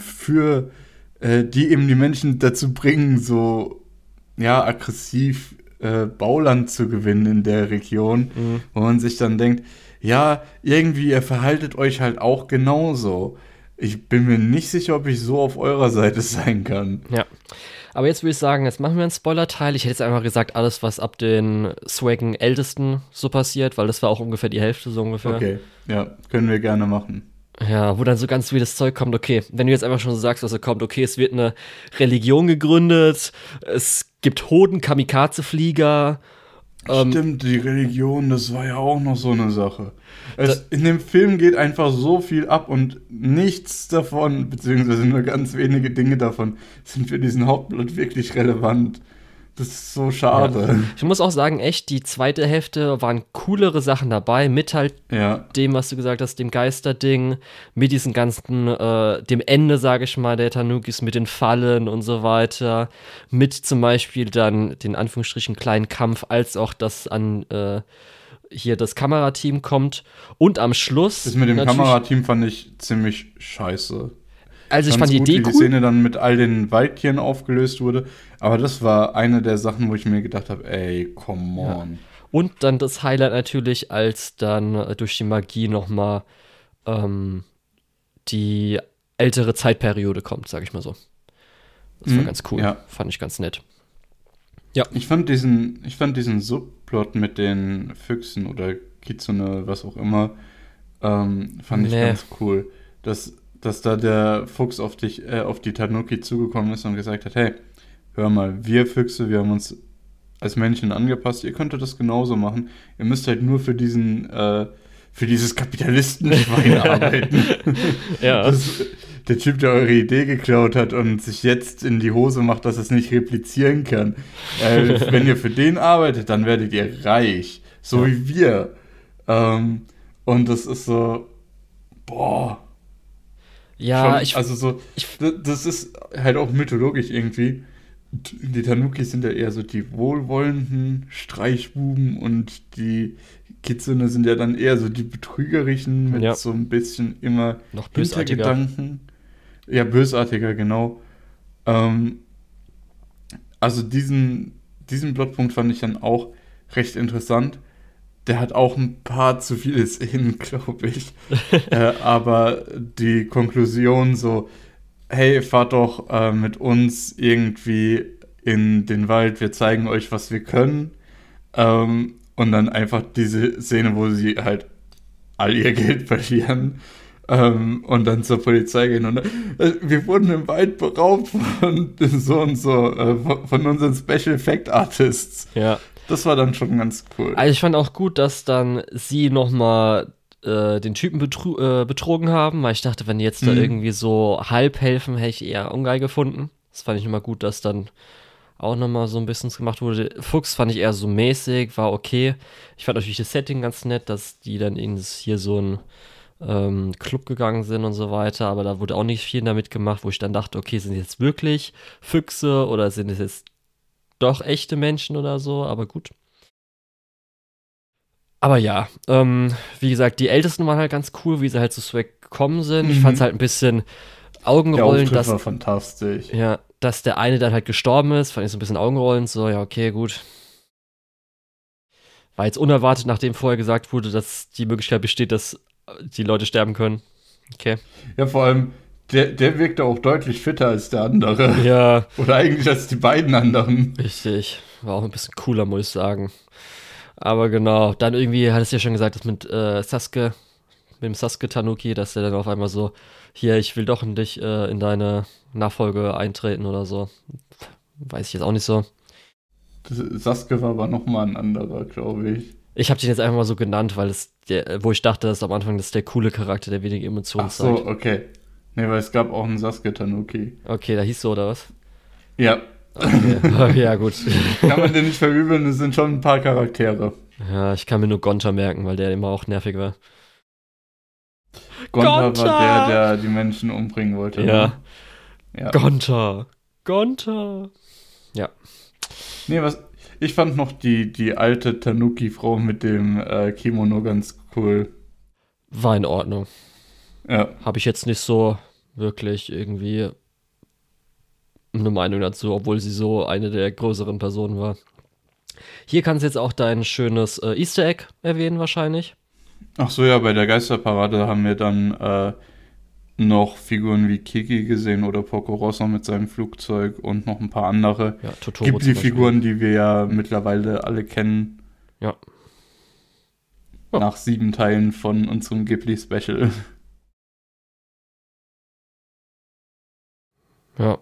die eben die Menschen dazu bringen, so, ja, aggressiv Bauland zu gewinnen in der Region, wo man sich dann denkt, ja, irgendwie, ihr verhaltet euch halt auch genauso. Ich bin mir nicht sicher, ob ich so auf eurer Seite sein kann. Ja. Aber jetzt würde ich sagen, jetzt machen wir einen Spoiler-Teil. Ich hätte jetzt einfach gesagt, alles, was ab den Swaggen Ältesten so passiert, weil das war auch ungefähr die Hälfte so ungefähr. Okay, ja, können wir gerne machen. Ja, wo dann so ganz wildes Zeug kommt, okay, wenn du jetzt einfach schon so sagst, was da kommt, okay, es wird eine Religion gegründet, es gibt Hoden-Kamikaze-Flieger. Stimmt, die Religion, das war ja auch noch so eine Sache. In dem Film geht einfach so viel ab und nichts davon, beziehungsweise nur ganz wenige Dinge davon, sind für diesen Hauptplot wirklich relevant. Das ist so schade. Ja. Ich muss auch sagen, echt, die zweite Hälfte waren coolere Sachen dabei, mit halt Ja, dem, was du gesagt hast, dem Geisterding, mit diesen ganzen, dem Ende, sage ich mal, der Tanukis, mit den Fallen und so weiter, mit zum Beispiel dann den Anführungsstrichen kleinen Kampf, als auch das an hier das Kamerateam kommt und am Schluss das mit dem natürlich- Kamerateam fand ich ziemlich scheiße. also ich Ganz fand die gut, Idee wie die cool. Szene dann mit all den Waldtieren aufgelöst wurde, aber das war eine der Sachen, wo ich mir gedacht habe, ey, come on. Und dann das Highlight natürlich, als dann durch die Magie nochmal die ältere Zeitperiode kommt, sag ich mal so. Das war ganz cool. Ja. Fand ich ganz nett. Ja. Ich fand diesen Subplot mit den Füchsen oder Kitsune, was auch immer, fand ich ganz cool. Dass da der Fuchs auf die Tanuki zugekommen ist und gesagt hat, hey, hör mal, wir Füchse, wir haben uns als Männchen angepasst, ihr könntet das genauso machen. Ihr müsst halt nur für dieses Kapitalistenschwein arbeiten. Ja. Der Typ, der eure Idee geklaut hat und sich jetzt in die Hose macht, dass er es nicht replizieren kann. Wenn ihr für den arbeitet, dann werdet ihr reich. So wie wir. Und das ist so, boah. Ja, das ist halt auch mythologisch irgendwie. Die Tanuki sind ja eher so die wohlwollenden Streichbuben und die Kitsune sind ja dann eher so die betrügerischen mit so ein bisschen immer noch bösartiger. Hintergedanken. Ja, bösartiger, genau. Also diesen Plotpunkt fand ich dann auch recht interessant. Der hat auch ein paar zu viele Szenen, glaube ich. Aber die Konklusion so, hey, fahrt doch mit uns irgendwie in den Wald, wir zeigen euch, was wir können. Und dann einfach diese Szene, wo sie halt all ihr Geld verlieren und dann zur Polizei gehen. Und wir wurden im Wald beraubt von so und so, von unseren Special Effect Artists. Ja. Das war dann schon ganz cool. Also ich fand auch gut, dass dann sie nochmal den Typen betrogen haben, weil ich dachte, wenn die jetzt da irgendwie so halb helfen, hätte ich eher ungeil gefunden. Das fand ich nochmal gut, dass dann auch nochmal so ein bisschen gemacht wurde. Fuchs fand ich eher so mäßig, war okay. Ich fand natürlich das Setting ganz nett, dass die dann hier so ein Club gegangen sind und so weiter, aber da wurde auch nicht viel damit gemacht, wo ich dann dachte, okay, sind das jetzt wirklich Füchse oder sind es jetzt doch echte Menschen oder so, aber gut. Aber ja, wie gesagt, die Ältesten waren halt ganz cool, wie sie halt so swag gekommen sind. Ich fand es halt ein bisschen Augenrollen, der Auftritt war fantastisch. Ja, dass der eine dann halt gestorben ist, fand ich so ein bisschen Augenrollen, so, ja, okay, gut. War jetzt unerwartet, nachdem vorher gesagt wurde, dass die Möglichkeit besteht, dass die Leute sterben können. Okay. Ja, vor allem, der wirkte auch deutlich fitter als der andere. Ja. Oder eigentlich als die beiden anderen. Richtig. War auch ein bisschen cooler, muss ich sagen. Aber genau, dann irgendwie hat es ja schon gesagt, dass mit dem Sasuke Tanuki, dass er dann auf einmal so, hier, ich will doch in dich in deine Nachfolge eintreten oder so. Weiß ich jetzt auch nicht so. Sasuke war aber nochmal ein anderer, glaube ich. Ich habe den jetzt einfach mal so genannt, weil wo ich dachte, dass am Anfang das ist der coole Charakter, der wenig Emotionen zeigt. Ach so, okay. Nee, weil es gab auch einen Sasuke Tanuki. Okay, da hieß so, oder was? Ja. Okay, ja, gut. Kann man den nicht verübeln, es sind schon ein paar Charaktere. Ja, ich kann mir nur Gonta merken, weil der immer auch nervig war. Gonta war der die Menschen umbringen wollte. Ja. Ne? Ja. Gonta. Ja. Nee, ich fand noch die alte Tanuki-Frau mit dem Kimono ganz cool. War in Ordnung. Ja. Habe ich jetzt nicht so wirklich irgendwie eine Meinung dazu, obwohl sie so eine der größeren Personen war. Hier kannst du jetzt auch dein schönes Easter Egg erwähnen wahrscheinlich. Ach so, ja, bei der Geisterparade haben wir dann noch Figuren wie Kiki gesehen oder Porco Rosso mit seinem Flugzeug und noch ein paar andere. Ja, Totoro Gibt die Figuren, die wir ja mittlerweile alle kennen. Ja. Nach 7 Teilen von unserem Ghibli-Special. Ja.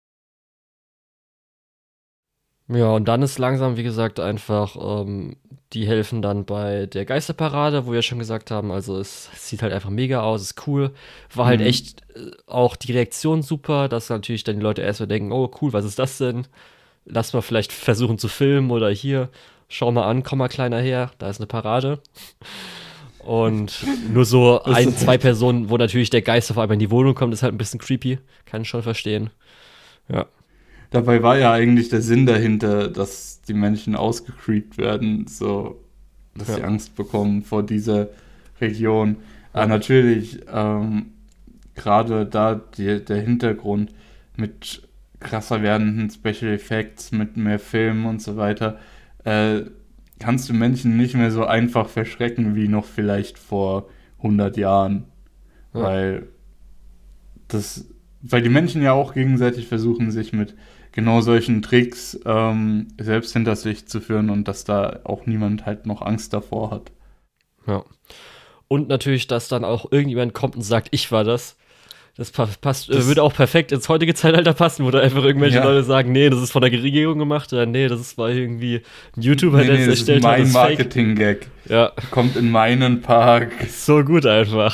Ja, und dann ist langsam, wie gesagt, einfach, die helfen dann bei der Geisterparade, wo wir schon gesagt haben, also es sieht halt einfach mega aus, ist cool. War halt echt auch die Reaktion super, dass natürlich dann die Leute erstmal denken, oh cool, was ist das denn? Lass mal vielleicht versuchen zu filmen oder hier, schau mal an, komm mal kleiner her, da ist eine Parade. Und nur so 2 Personen, wo natürlich der Geist auf einmal in die Wohnung kommt, ist halt ein bisschen creepy, kann ich schon verstehen. Ja. Dabei war ja eigentlich der Sinn dahinter, dass die Menschen ausgecreept werden, so dass sie Angst bekommen vor dieser Region. Aber natürlich, gerade da der Hintergrund mit krasser werdenden Special Effects, mit mehr Filmen und so weiter, kannst du Menschen nicht mehr so einfach verschrecken wie noch vielleicht vor 100 Jahren. Ja. Weil das weil die Menschen ja auch gegenseitig versuchen, sich mit genau solchen Tricks selbst hinters Licht zu führen und dass da auch niemand halt noch Angst davor hat. Ja. Und natürlich, dass dann auch irgendjemand kommt und sagt, ich war das. Das passt, würde auch perfekt ins heutige Zeitalter passen, wo da einfach irgendwelche Leute sagen, nee, das ist von der Regierung gemacht, oder nee, war irgendwie ein YouTuber, der es erstellt hat. Das ist mein Marketing-Gag. Ja. Kommt in meinen Park. So gut einfach.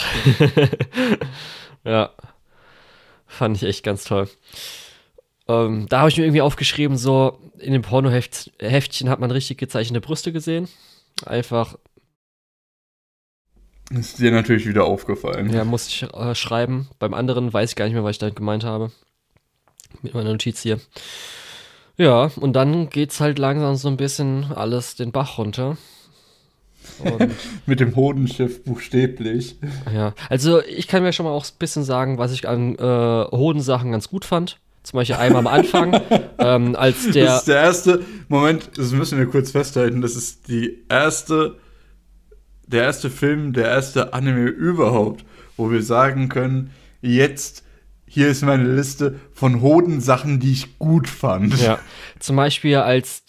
Ja. Fand ich echt ganz toll. Da habe ich mir irgendwie aufgeschrieben, so in dem Pornoheftchen hat man richtig gezeichnete Brüste gesehen. Einfach. Ist dir natürlich wieder aufgefallen. Ja, muss ich schreiben. Beim anderen weiß ich gar nicht mehr, was ich da gemeint habe. Mit meiner Notiz hier. Ja, und dann geht's halt langsam so ein bisschen alles den Bach runter. Und mit dem Hodenschiff buchstäblich. Ja, also ich kann mir schon mal auch ein bisschen sagen, was ich an Hodensachen ganz gut fand. Zum Beispiel einmal am Anfang, als der... Das ist der erste, Moment, das müssen wir kurz festhalten, das ist der erste Film, der erste Anime überhaupt, wo wir sagen können, jetzt, hier ist meine Liste von Hodensachen, die ich gut fand. Ja, zum Beispiel als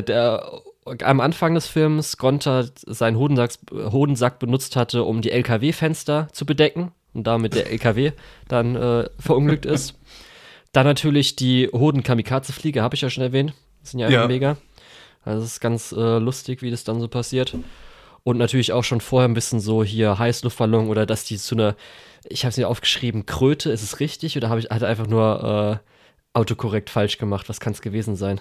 am Anfang des Films Gonta seinen Hodensack benutzt hatte, um die LKW-Fenster zu bedecken und damit der LKW dann verunglückt ist. Dann natürlich die Hoden-Kamikaze-Fliege, habe ich ja schon erwähnt. Das sind ja einfach mega. Also das ist ganz lustig, wie das dann so passiert. Und natürlich auch schon vorher ein bisschen so hier Heißluftballon oder dass die zu einer, ich habe es mir aufgeschrieben, Kröte, ist es richtig? Oder hat er einfach nur autokorrekt falsch gemacht? Was kann es gewesen sein?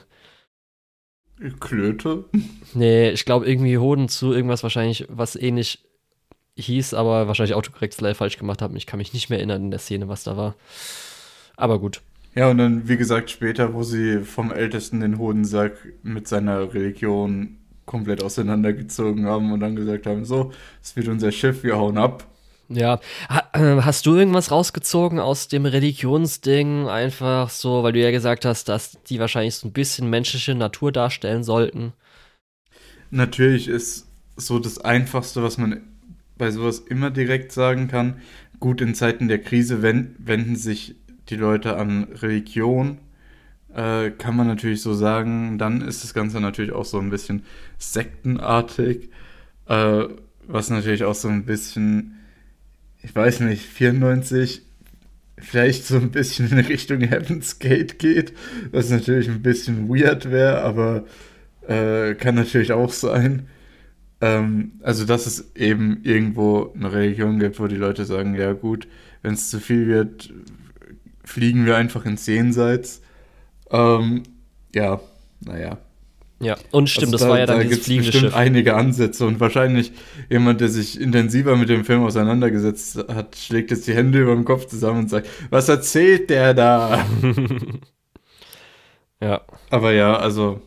Klöte? Nee, ich glaube irgendwie Hoden zu irgendwas wahrscheinlich, was ähnlich hieß, aber wahrscheinlich autokorrekt falsch gemacht haben. Ich kann mich nicht mehr erinnern in der Szene, was da war. Aber gut. Ja, und dann, wie gesagt, später, wo sie vom Ältesten den Hodensack mit seiner Religion komplett auseinandergezogen haben und dann gesagt haben, so, es wird unser Schiff, wir hauen ab. Ja, hast du irgendwas rausgezogen aus dem Religionsding? Einfach so, weil du ja gesagt hast, dass die wahrscheinlich so ein bisschen menschliche Natur darstellen sollten. Natürlich ist so das Einfachste, was man bei sowas immer direkt sagen kann, gut, in Zeiten der Krise wenden sich die Leute an Religion, kann man natürlich so sagen. Dann ist das Ganze natürlich auch so ein bisschen sektenartig, was natürlich auch so ein bisschen, ich weiß nicht, 94 vielleicht so ein bisschen in Richtung Heaven's Gate geht, was natürlich ein bisschen weird wäre, aber kann natürlich auch sein. Also, dass es eben irgendwo eine Religion gibt, wo die Leute sagen, ja gut, wenn es zu viel wird, fliegen wir einfach ins Jenseits. Ja, naja. Ja, und stimmt, Also das war ja dann da dieses gibt's fliegende bestimmt Schiff. einige Ansätze und wahrscheinlich jemand, der sich intensiver mit dem Film auseinandergesetzt hat, schlägt jetzt die Hände über dem Kopf zusammen und sagt, was erzählt der da? Ja. Aber ja, also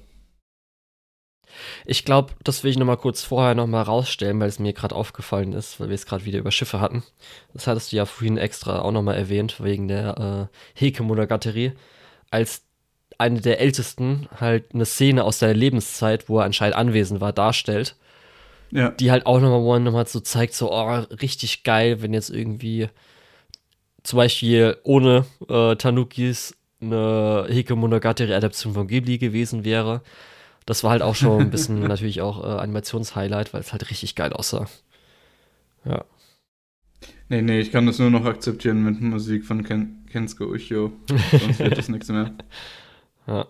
Ich glaube, das will ich vorher noch mal rausstellen, weil es mir gerade aufgefallen ist, weil wir es gerade wieder über Schiffe hatten. Das hattest du ja vorhin extra auch noch mal erwähnt, wegen der Heike Monogatari, als eine der Ältesten halt eine Szene aus seiner Lebenszeit, wo er anscheinend anwesend war, darstellt. ja. Die halt auch noch mal so zeigt, so, oh, richtig geil, wenn jetzt irgendwie zum Beispiel ohne Tanukis eine Heike Monogatari-Adaption von Ghibli gewesen wäre. Das war halt auch schon ein bisschen natürlich auch Animationshighlight, weil es halt richtig geil aussah. Ja. Nee, ich kann das nur noch akzeptieren mit Musik von Kensuke Uchiho. Sonst wird das nichts mehr. Ja.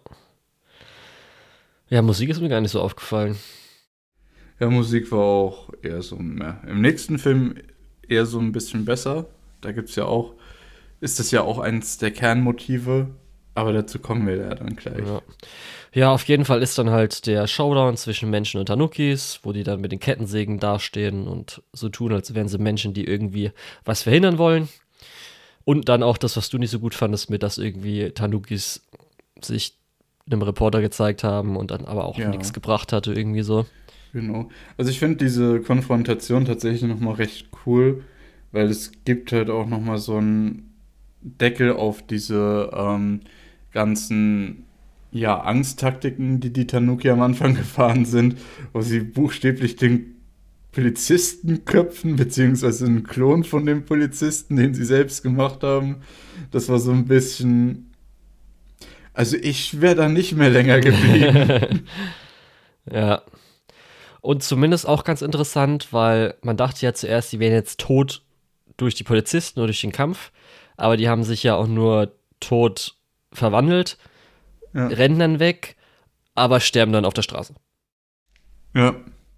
Ja, Musik ist mir gar nicht so aufgefallen. Ja, Musik war auch eher so mehr. Im nächsten Film eher so ein bisschen besser. Da ist das ja auch eins der Kernmotive. Aber dazu kommen wir ja dann gleich. Ja. Ja, auf jeden Fall ist dann halt der Showdown zwischen Menschen und Tanukis, wo die dann mit den Kettensägen dastehen und so tun, als wären sie Menschen, die irgendwie was verhindern wollen. Und dann auch das, was du nicht so gut fandest, mit dass irgendwie Tanukis sich einem Reporter gezeigt haben und dann aber auch nichts gebracht hatte, irgendwie so. Genau. Also ich finde diese Konfrontation tatsächlich nochmal recht cool, weil es gibt halt auch nochmal so einen Deckel auf diese ganzen Angsttaktiken, die Tanuki am Anfang gefahren sind, wo sie buchstäblich den Polizistenköpfen, beziehungsweise einen Klon von dem Polizisten, den sie selbst gemacht haben. Das war so ein bisschen. Also ich wäre da nicht mehr länger geblieben. Ja. Und zumindest auch ganz interessant, weil man dachte ja zuerst, die wären jetzt tot durch die Polizisten oder durch den Kampf, aber die haben sich ja auch nur tot verwandelt, Ja. rennen dann weg, aber sterben dann auf der Straße. Ja.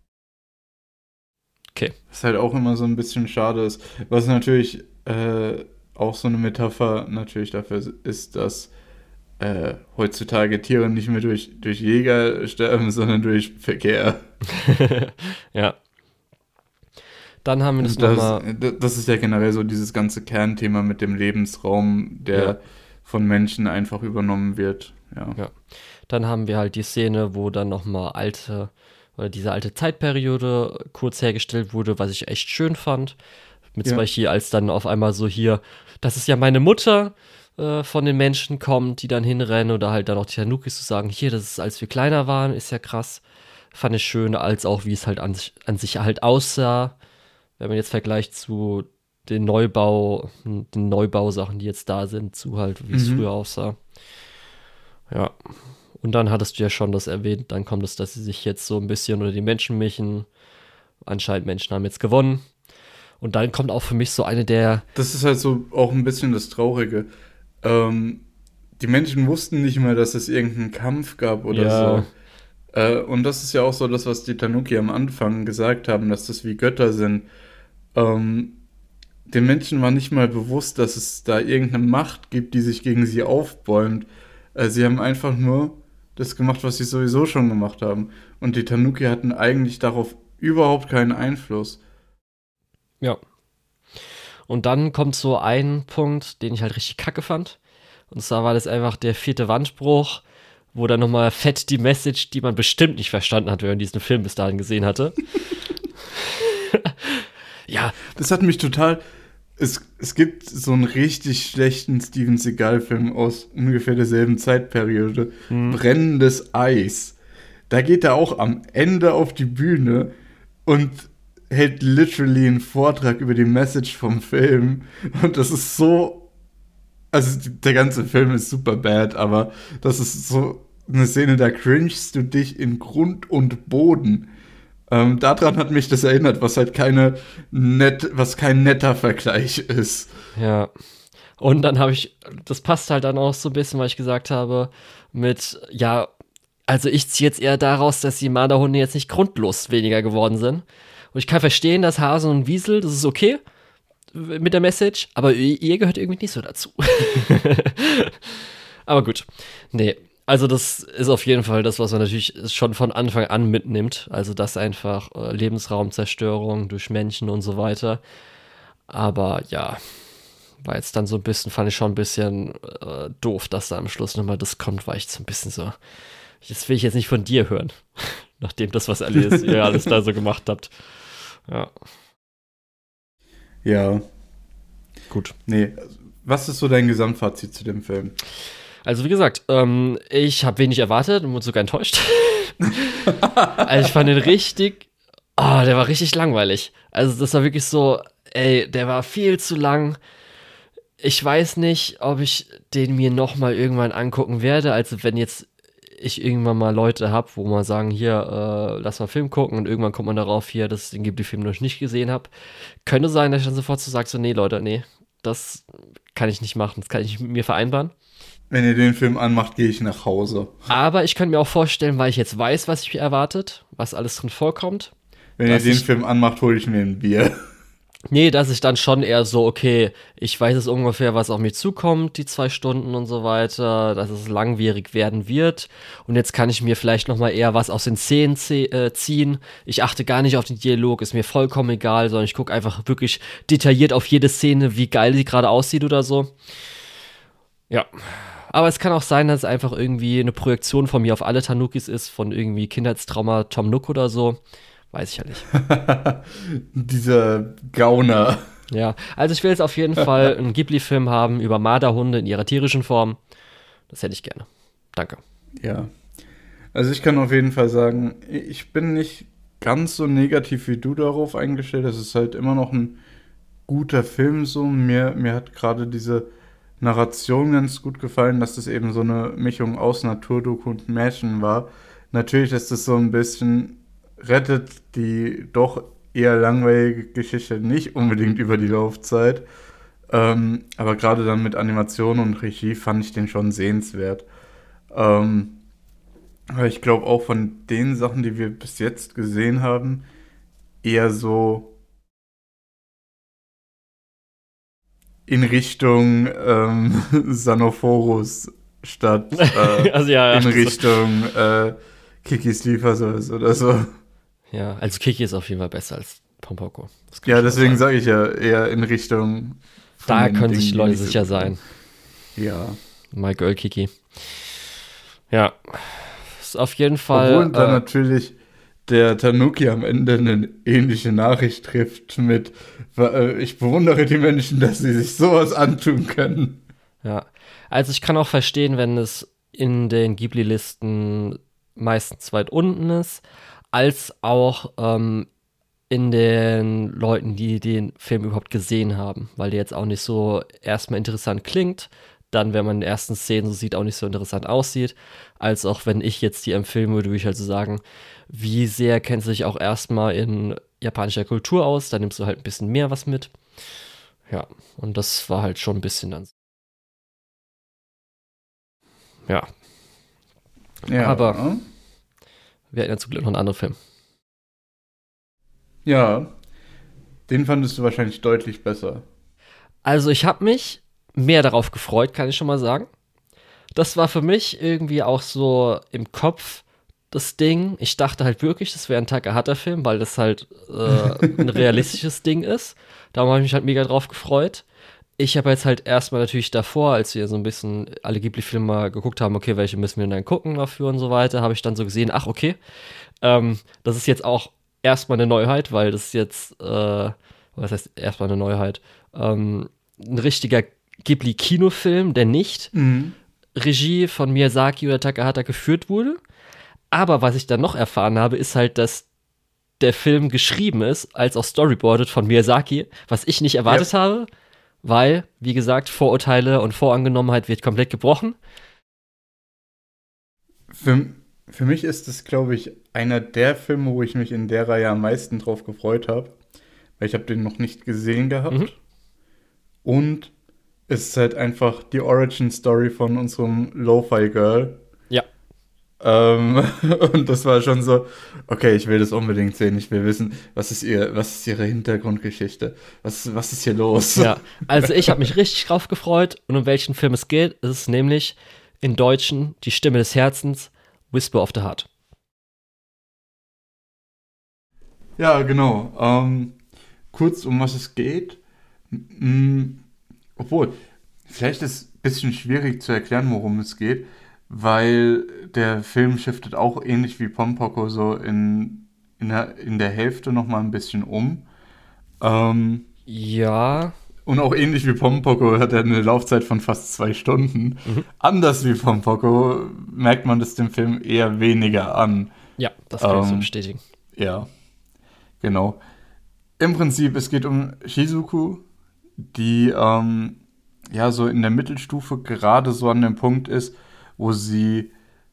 Okay. Was halt auch immer so ein bisschen schade ist. Was natürlich auch so eine Metapher natürlich dafür ist, dass heutzutage Tiere nicht mehr durch Jäger sterben, sondern durch Verkehr. Ja. Dann haben wir das Und nochmal. das ist ja generell so dieses ganze Kernthema mit dem Lebensraum, der Ja. von Menschen einfach übernommen wird. Ja. Ja. Dann haben wir halt die Szene, wo dann nochmal diese alte Zeitperiode kurz hergestellt wurde, was ich echt schön fand. Mit zum Ja. Beispiel, als dann auf einmal so hier, das ist ja meine Mutter, von den Menschen kommt, die dann hinrennen, oder halt dann auch die Tanukis zu sagen, hier, das ist, als wir kleiner waren, ist ja krass. Fand ich schön, als auch, wie es halt an sich halt aussah. Wenn man jetzt vergleicht zu den Neubausachen, die jetzt da sind, zu halt, wie es früher aussah. Ja. Und dann hattest du ja schon das erwähnt, dann kommt es, dass sie sich jetzt so ein bisschen unter die Menschen mischen. Anscheinend Menschen haben jetzt gewonnen. Und dann kommt auch für mich so eine der. Das ist halt so auch ein bisschen das Traurige. Die Menschen wussten nicht mehr, dass es irgendeinen Kampf gab oder Ja. so. Und das ist ja auch so das, was die Tanuki am Anfang gesagt haben, dass das wie Götter sind. Den Menschen war nicht mal bewusst, dass es da irgendeine Macht gibt, die sich gegen sie aufbäumt. Sie haben einfach nur das gemacht, was sie sowieso schon gemacht haben. Und die Tanuki hatten eigentlich darauf überhaupt keinen Einfluss. Ja. Und dann kommt so ein Punkt, den ich halt richtig kacke fand. Und zwar war das einfach der 4. Wandbruch, wo dann nochmal fett die Message, die man bestimmt nicht verstanden hat, wenn man diesen Film bis dahin gesehen hatte. Ja, Das hat mich total. Es gibt so einen richtig schlechten Steven Seagal-Film aus ungefähr derselben Zeitperiode. Brennendes Eis. Da geht er auch am Ende auf die Bühne und hält literally einen Vortrag über die Message vom Film. Und das ist so. Also der ganze Film ist super bad, aber das ist so eine Szene, da cringest du dich in Grund und Boden. Daran hat mich das erinnert, was halt kein netter Vergleich ist. ja. Und dann habe ich, das passt halt dann auch so ein bisschen, weil ich gesagt habe, ja, also ich ziehe jetzt eher daraus, dass die Marderhunde jetzt nicht grundlos weniger geworden sind. Und ich kann verstehen, dass Hase und Wiesel, das ist okay mit der Message, aber ihr gehört irgendwie nicht so dazu. Aber gut, nee. Also das ist auf jeden Fall das, was man natürlich schon von Anfang an mitnimmt. Also das einfach Lebensraumzerstörung durch Menschen und so weiter. Aber ja, war jetzt dann so ein bisschen, fand ich schon ein bisschen doof, dass da am Schluss nochmal das kommt, weil ich so ein bisschen so, das will ich jetzt nicht von dir hören, nachdem das, was ihr alles da so gemacht habt. Ja, Ja, gut. nee. Was ist so dein Gesamtfazit zu dem Film? Also wie gesagt, ich habe wenig erwartet und wurde sogar enttäuscht. Also ich fand den der war richtig langweilig. Also das war wirklich so, der war viel zu lang. Ich weiß nicht, ob ich den mir nochmal irgendwann angucken werde. Also wenn jetzt ich irgendwann mal Leute habe, wo man sagen, hier, lass mal Film gucken, und irgendwann kommt man darauf, hier, dass ich den Ghibli-Film noch nicht gesehen habe. Könnte sein, dass ich dann sofort so sage, so, nee, Leute, nee, das kann ich nicht machen, das kann ich nicht mit mir vereinbaren. Wenn ihr den Film anmacht, gehe ich nach Hause. Aber ich könnte mir auch vorstellen, weil ich jetzt weiß, was mich erwartet, was alles drin vorkommt. Wenn ihr Dass den ich- Film anmacht, hole ich mir ein Bier. Nee, dass ich dann schon eher so, okay, ich weiß es ungefähr, was auf mich zukommt, die 2 Stunden und so weiter, dass es langwierig werden wird. Und jetzt kann ich mir vielleicht noch mal eher was aus den Szenen ziehen. Ich achte gar nicht auf den Dialog, ist mir vollkommen egal, sondern ich gucke einfach wirklich detailliert auf jede Szene, wie geil sie gerade aussieht oder so. Ja. Aber es kann auch sein, dass es einfach irgendwie eine Projektion von mir auf alle Tanukis ist, von irgendwie Kindheitstrauma Tom Nook oder so. Weiß ich ja nicht. Dieser Gauner. Ja, also ich will jetzt auf jeden Fall einen Ghibli-Film haben über Marderhunde in ihrer tierischen Form. Das hätte ich gerne. Danke. Ja. Also ich kann auf jeden Fall sagen, ich bin nicht ganz so negativ wie du darauf eingestellt. Es ist halt immer noch ein guter Film so. Mir hat gerade diese Narration ganz gut gefallen, dass das eben so eine Mischung aus Naturdoku und Märchen war. Natürlich ist es so ein bisschen, rettet die doch eher langweilige Geschichte nicht unbedingt über die Laufzeit. Aber gerade dann mit Animation und Regie fand ich den schon sehenswert. Ähm, aber ich glaube auch von den Sachen, die wir bis jetzt gesehen haben, eher so in Richtung Sanophorus statt Also ja, in Richtung Kikis Lieferservice oder so. ja, also Kiki ist auf jeden Fall besser als Pompoko. Das kann Ja, ich schon mal deswegen sagen. sage ich ja eher in Richtung von Da den können Dingen, sich die Leute nicht so sicher gut waren. sein. Ja. My Girl Kiki. Ja, ist auf jeden Obwohl dann Fall, natürlich der Tanuki am Ende eine ähnliche Nachricht trifft mit ich bewundere die Menschen, dass sie sich sowas antun können. ja. Also ich kann auch verstehen, wenn es in den Ghibli-Listen meistens weit unten ist, als auch in den Leuten, die den Film überhaupt gesehen haben, weil der jetzt auch nicht so erstmal interessant klingt, dann, wenn man die ersten Szenen so sieht, auch nicht so interessant aussieht, als auch wenn ich jetzt die empfehlen würde, würde ich halt so sagen, wie sehr kennst du dich auch erstmal in japanischer Kultur aus, da nimmst du halt ein bisschen mehr was mit. Ja, und das war halt schon ein bisschen dann. Ja, aber Ja. wir hatten ja zum Glück noch einen anderen Film. Ja. Den fandest du wahrscheinlich deutlich besser. Also ich habe mich mehr darauf gefreut, kann ich schon mal sagen. Das war für mich irgendwie auch so im Kopf das Ding. Ich dachte halt wirklich, das wäre ein Takahata-Film, weil das halt ein realistisches Ding ist. Darum habe ich mich halt mega drauf gefreut. Ich habe jetzt halt erstmal natürlich davor, als wir so ein bisschen alle Ghibli-Filme mal geguckt haben, okay, welche müssen wir denn dann gucken dafür und so weiter, habe ich dann so gesehen, ach, okay, das ist jetzt auch erstmal eine Neuheit, weil das ist jetzt, was heißt erstmal eine Neuheit? Ein richtiger Ghibli-Kinofilm, der nicht Mhm. Regie von Miyazaki oder Takahata geführt wurde. Aber was ich dann noch erfahren habe, ist halt, dass der Film geschrieben ist, als auch storyboardet von Miyazaki, was ich nicht erwartet Yep. habe, weil, wie gesagt, Vorurteile und Vorangenommenheit wird komplett gebrochen. Für, für mich ist es, glaube ich, einer der Filme, wo ich mich in der Reihe am meisten drauf gefreut habe. Weil ich habe den noch nicht gesehen Mhm. gehabt. Und es ist halt einfach die Origin-Story von unserem Lo-Fi-Girl. Ja, Ähm, und das war schon so, okay, ich will das unbedingt sehen. Ich will wissen, was ist ihre Hintergrundgeschichte? Was ist hier los? ja. Also ich habe mich richtig drauf gefreut. Und um welchen Film es geht, ist es nämlich in Deutschen Die Stimme des Herzens, Whisper of the Heart. Ja, genau. Kurz, um was es geht. Mm, Obwohl, vielleicht ist es ein bisschen schwierig zu erklären, worum es geht, weil der Film shiftet auch ähnlich wie Pompoko so in der Hälfte nochmal ein bisschen um. Ähm, Ja. und auch ähnlich wie Pompoko hat er eine Laufzeit von fast 2 Stunden. Mhm. Anders wie Pompoko merkt man das dem Film eher weniger an. Ja, das kann ich so Ähm, bestätigen. ja, genau. Im Prinzip, es geht um Shizuku, die ja so in der Mittelstufe gerade so an dem Punkt ist, wo sie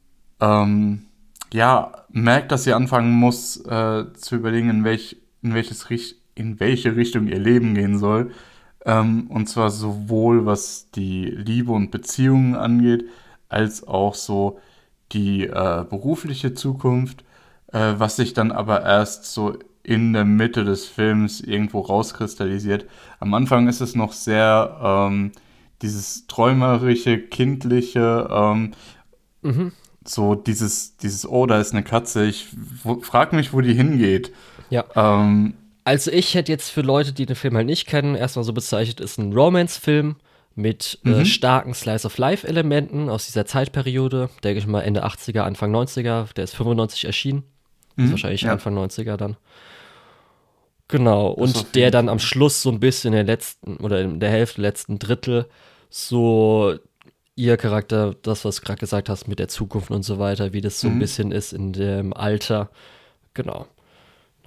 ja merkt, dass sie anfangen muss zu überlegen, in welche Richtung ihr Leben gehen soll. Und zwar sowohl was die Liebe und Beziehungen angeht, als auch so die berufliche Zukunft, was sich dann aber erst so in der Mitte des Films irgendwo rauskristallisiert. Am Anfang ist es noch sehr dieses träumerische, kindliche, Mhm. so oh, da ist eine Katze, frag mich, wo die hingeht. Ja. Ähm, Also ich hätte jetzt für Leute, die den Film halt nicht kennen, erstmal so bezeichnet, ist ein Romance-Film mit mhm, starken Slice-of-Life-Elementen aus dieser Zeitperiode, denke ich mal Ende 80er, Anfang 90er, der ist 95 erschienen, ist wahrscheinlich ja, Anfang 90er dann. Genau, das und auf der jeden dann am Fall. Schluss so ein bisschen in der letzten oder in der Hälfte, letzten Drittel so ihr Charakter, das, was du gerade gesagt hast, mit der Zukunft und so weiter, wie das so ein Mhm. bisschen ist in dem Alter. Genau.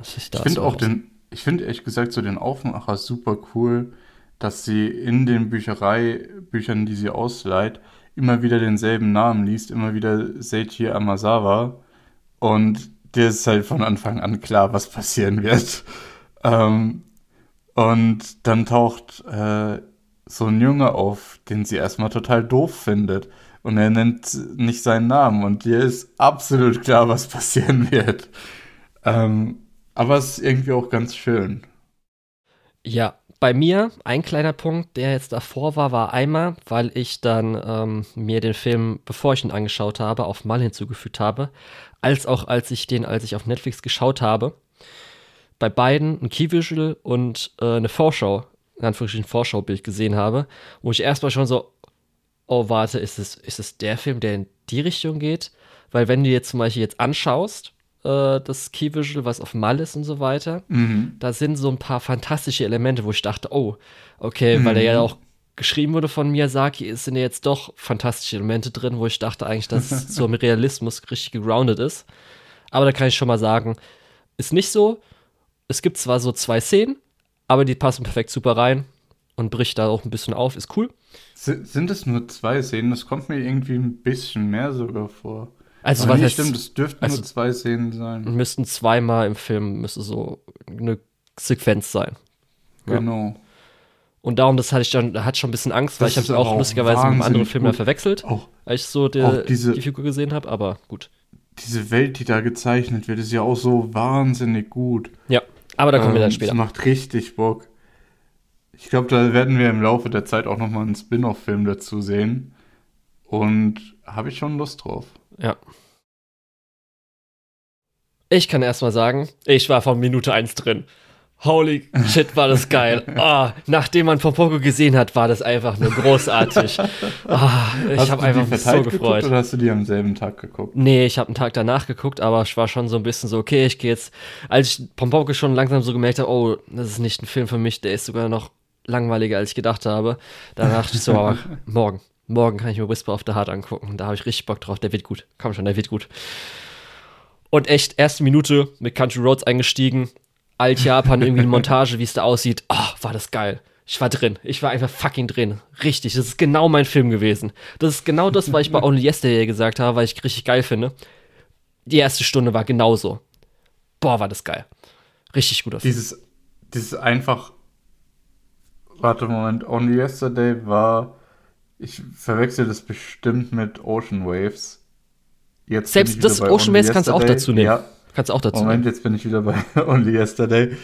was ich Ich da finde so auch ich finde ehrlich gesagt so den Aufmacher super cool, dass sie in den Büchern, die sie ausleiht, immer wieder denselben Namen liest, immer wieder Seiichi Amazawa. Und dir ist halt von Anfang an klar, was passieren wird. Ähm, und dann taucht so ein Junge auf, den sie erstmal total doof findet. Und er nennt nicht seinen Namen. Und dir ist absolut klar, was passieren wird. Ähm, aber es ist irgendwie auch ganz schön. Ja, bei mir ein kleiner Punkt, der jetzt davor war, war einmal, weil ich dann mir den Film, bevor ich ihn angeschaut habe, auf Mal hinzugefügt habe, als auch als ich auf Netflix geschaut habe. Bei beiden ein Key-Visual und eine Vorschau, in Anführungsstrichen Vorschaubild gesehen habe, wo ich erstmal schon so, oh warte, ist es der Film, der in die Richtung geht? Weil wenn du dir zum Beispiel jetzt anschaust, das Key-Visual, was auf Mal ist und so weiter, Mhm. da sind so ein paar fantastische Elemente, wo ich dachte, oh, okay, weil er ja Mhm. auch geschrieben wurde von Miyazaki, sind ja jetzt doch fantastische Elemente drin, wo ich dachte eigentlich, dass es so im Realismus richtig gegroundet ist. Aber da kann ich schon mal sagen, ist nicht so. Es gibt zwar so 2 Szenen, aber die passen perfekt super rein und bricht da auch ein bisschen auf, ist cool. Sind es nur 2 Szenen? Das kommt mir irgendwie ein bisschen mehr sogar vor. Also, Aber was nee, heißt, stimmt, es dürften also nur 2 Szenen sein. müssten zweimal im Film, müsste so eine Sequenz sein. Ja. Genau. Und darum, das hatte ich dann, da hatte ich schon ein bisschen Angst, weil Das ich habe ist es aber auch auch lustigerweise mit einem anderen wahnsinnig Film da gut. verwechselt, Auch, als ich so auch die Figur gesehen habe, aber gut. diese Welt, die da gezeichnet wird, ist ja auch so wahnsinnig gut. Ja, aber da kommen wir dann Es später. macht richtig Bock. Ich glaube, da werden wir im Laufe der Zeit auch nochmal einen Spin-off-Film dazu sehen. Und habe ich schon Lust drauf. Ja. Ich kann erst mal sagen, ich war von Minute 1 drin. Holy shit, war das geil. Nachdem man Popoko gesehen hat, war das einfach nur großartig. Ich habe einfach mich so gefreut. Geguckt, oder hast du die am selben Tag geguckt? Nee, ich habe einen Tag danach geguckt, aber ich war schon so ein bisschen so, okay, ich gehe jetzt, als ich Pompoko schon langsam so gemerkt habe, oh, das ist nicht ein Film für mich, der ist sogar noch langweiliger, als ich gedacht habe. Dann dachte ich so, aber morgen kann ich mir Whisper of the Heart angucken. Da habe ich richtig Bock drauf, der wird gut. Komm schon, der wird gut. Und echt, erste Minute mit Country Roads eingestiegen, Alt-Japan, irgendwie eine Montage, wie es da aussieht. War das geil. Ich war drin. Ich war einfach fucking drin. Richtig, das ist genau mein Film gewesen. Das ist genau das, was ich bei Only Yesterday gesagt habe, weil ich richtig geil finde. Die erste Stunde war genauso. Boah, war das geil. Richtig guter Film. Dieses einfach. Warte, Moment. Only Yesterday war. Ich verwechsel das bestimmt mit Ocean Waves. Jetzt bin ich Selbst wieder das bei Ocean Only Waves kannst du auch Yesterday. dazu nehmen. Ja, Kannst du auch dazu Moment, nehmen. jetzt bin ich wieder bei Only Yesterday.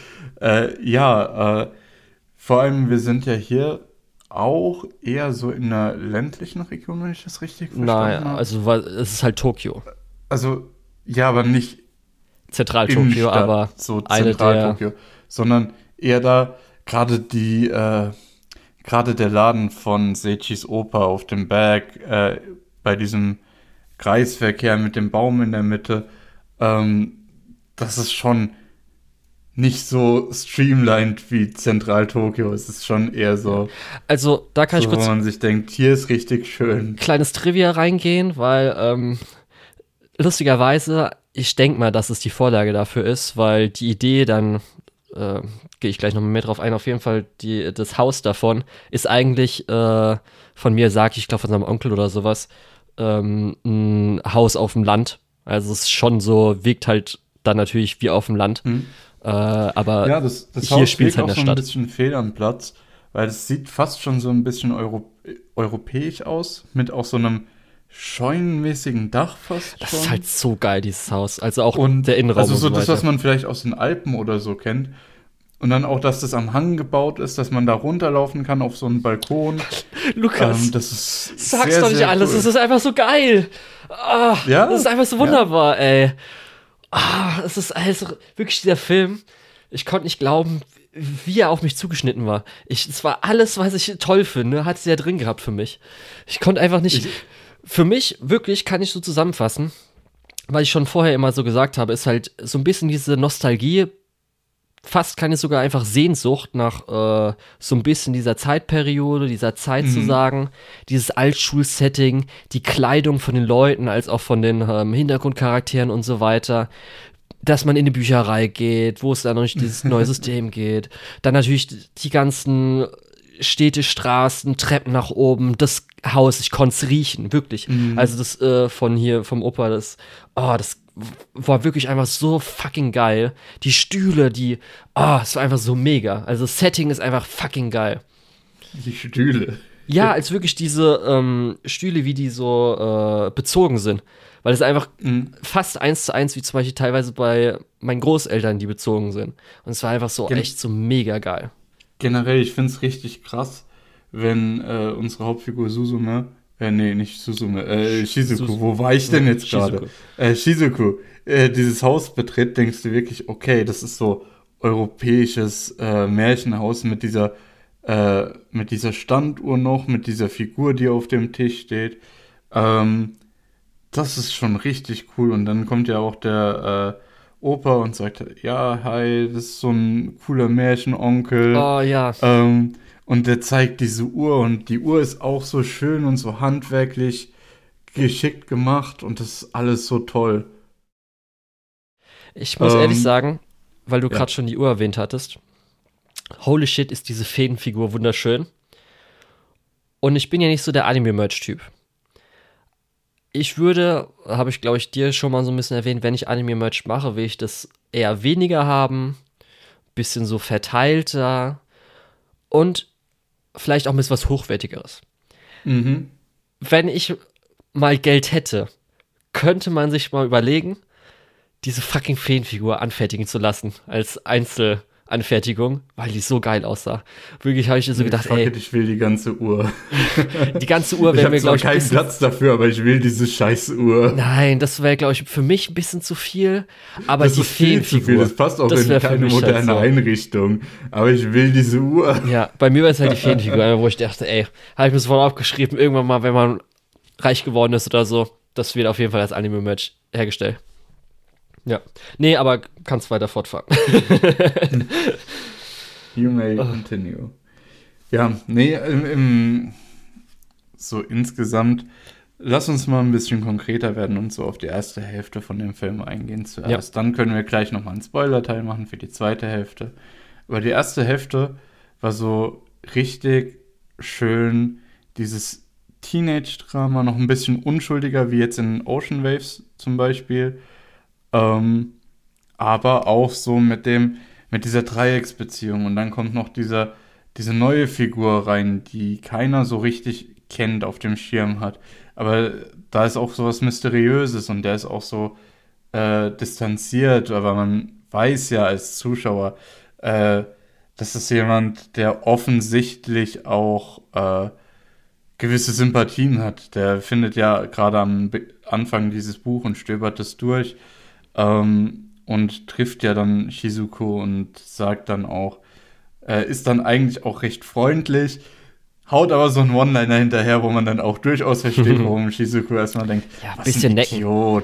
Vor allem, wir sind ja hier auch eher so in einer ländlichen Region, wenn ich das richtig verstanden Nein, habe. also es ist halt Tokio. Also, ja, aber nicht Zentral-Tokio, Innenstadt, aber so eine der. Zentral-Tokio, sondern eher da gerade gerade der Laden von Seichis Opa auf dem Berg, bei diesem Kreisverkehr mit dem Baum in der Mitte, das ist schon nicht so streamlined wie Zentral-Tokio. Es ist schon eher so, Also, da kann ich wo kurz man sich denkt, hier ist richtig schön. kleines Trivia reingehen, weil lustigerweise, ich denke mal, dass es die Vorlage dafür ist, weil die Idee dann, gehe ich gleich noch mehr drauf ein, auf jeden Fall das Haus davon ist eigentlich von Miyazaki, ich glaube von seinem Onkel oder sowas, ein Haus auf dem Land. Also es ist schon so, wirkt halt dann natürlich wie auf dem Land. Aber Ja, das hier Haus spielt es wirkt halt in auch der so ein Stadt. bisschen fehl am Platz, weil es sieht fast schon so ein bisschen europäisch aus, mit auch so einem scheunenmäßigen Dach fast Das schon. ist halt so geil, dieses Haus. Also auch Und der Innenraum also und so so das, weiter. was man vielleicht aus den Alpen oder so kennt. Und dann auch, dass das am Hang gebaut ist, dass man da runterlaufen kann auf so einen Balkon. Lukas, Das ist sag's sehr, doch nicht sehr alles, cool. es ist einfach so geil. Ja? Das ist einfach so wunderbar, ey. Es ist also wirklich dieser Film. Ich konnte nicht glauben, wie er auf mich zugeschnitten war. Es war alles, was ich toll finde, hat sie ja drin gehabt für mich. Ich konnte einfach nicht. Für mich, wirklich, kann ich so zusammenfassen, weil ich schon vorher immer so gesagt habe, ist halt so ein bisschen diese Nostalgie, fast keine sogar einfach Sehnsucht nach so ein bisschen dieser Zeitperiode, dieser Zeit zu sagen, dieses Altschulsetting, die Kleidung von den Leuten, als auch von den Hintergrundcharakteren und so weiter. dass man in die Bücherei geht, wo es dann noch nicht dieses neue System geht. Dann natürlich die ganzen Städte, Straßen, Treppen nach oben, das Haus, ich konnte es riechen, wirklich. Also das von hier, vom Opa, das war wirklich einfach so fucking geil. Die Stühle, es war einfach so mega. Also das Setting ist einfach fucking geil. Die Stühle. Ja, als wirklich diese Stühle, wie die so bezogen sind. Weil es einfach fast 1:1, wie zum Beispiel teilweise bei meinen Großeltern, die bezogen sind. Und es war einfach so echt so mega geil. Generell, ich finde es richtig krass, wenn unsere Hauptfigur Suzume, nicht Suzume, Shizuku, wo war ich denn jetzt gerade? Shizuku, dieses Haus betritt, denkst du wirklich, okay, das ist so europäisches Märchenhaus mit dieser Standuhr noch, mit dieser Figur, die auf dem Tisch steht. Das ist schon richtig cool. Und dann kommt ja auch der Opa und sagt, ja, hi, das ist so ein cooler Märchenonkel. Oh ja. Und der zeigt diese Uhr und die Uhr ist auch so schön und so handwerklich geschickt gemacht und das ist alles so toll. Ich muss ehrlich sagen, weil du gerade schon die Uhr erwähnt hattest, holy shit, ist diese Feenfigur wunderschön. Und ich bin ja nicht so der Anime-Merch-Typ. Ich habe ich glaube ich dir schon mal so ein bisschen erwähnt, wenn ich Anime-Merch mache, will ich das eher weniger haben, bisschen so verteilter und vielleicht auch ein bisschen was Hochwertigeres. Wenn ich mal Geld hätte, könnte man sich mal überlegen, diese fucking Feenfigur anfertigen zu lassen als Einzelanfertigung, weil die so geil aussah. Wirklich habe ich so gedacht, ich will die ganze Uhr. Die ganze Uhr wäre mir, glaube ich, keinen Platz dafür, aber ich will diese scheiß Uhr. Nein, das wäre, glaube ich, für mich ein bisschen zu viel. Aber das die ist viel zu viel. Feenfigur, Das passt auch in keine moderne Einrichtung. Aber ich will diese Uhr. Ja, bei mir war es halt die Feenfigur, wo ich dachte, habe ich mir sofort aufgeschrieben, irgendwann mal, wenn man reich geworden ist oder so, das wird auf jeden Fall als Anime-Merch hergestellt. Ja. Nee, aber kannst weiter fortfahren. You may continue. Ja, nee, so insgesamt, lass uns mal ein bisschen konkreter werden und so auf die erste Hälfte von dem Film eingehen zuerst. Ja. Dann können wir gleich nochmal einen Spoiler-Teil machen für die zweite Hälfte. Aber die erste Hälfte war so richtig schön, dieses Teenage-Drama, noch ein bisschen unschuldiger, wie jetzt in Ocean Waves zum Beispiel. Aber auch so mit dieser Dreiecksbeziehung. Und dann kommt noch diese neue Figur rein, die keiner so richtig kennt, auf dem Schirm hat. Aber da ist auch so was Mysteriöses und der ist auch so distanziert. Aber man weiß ja als Zuschauer, das ist jemand, der offensichtlich auch gewisse Sympathien hat. Der findet ja gerade am Anfang dieses Buch und stöbert es durch. Und trifft ja dann Shizuko und sagt dann auch, ist dann eigentlich auch recht freundlich, haut aber so einen One-Liner hinterher, wo man dann auch durchaus versteht, warum Shizuko erstmal denkt, ja, was bisschen ein Idiot.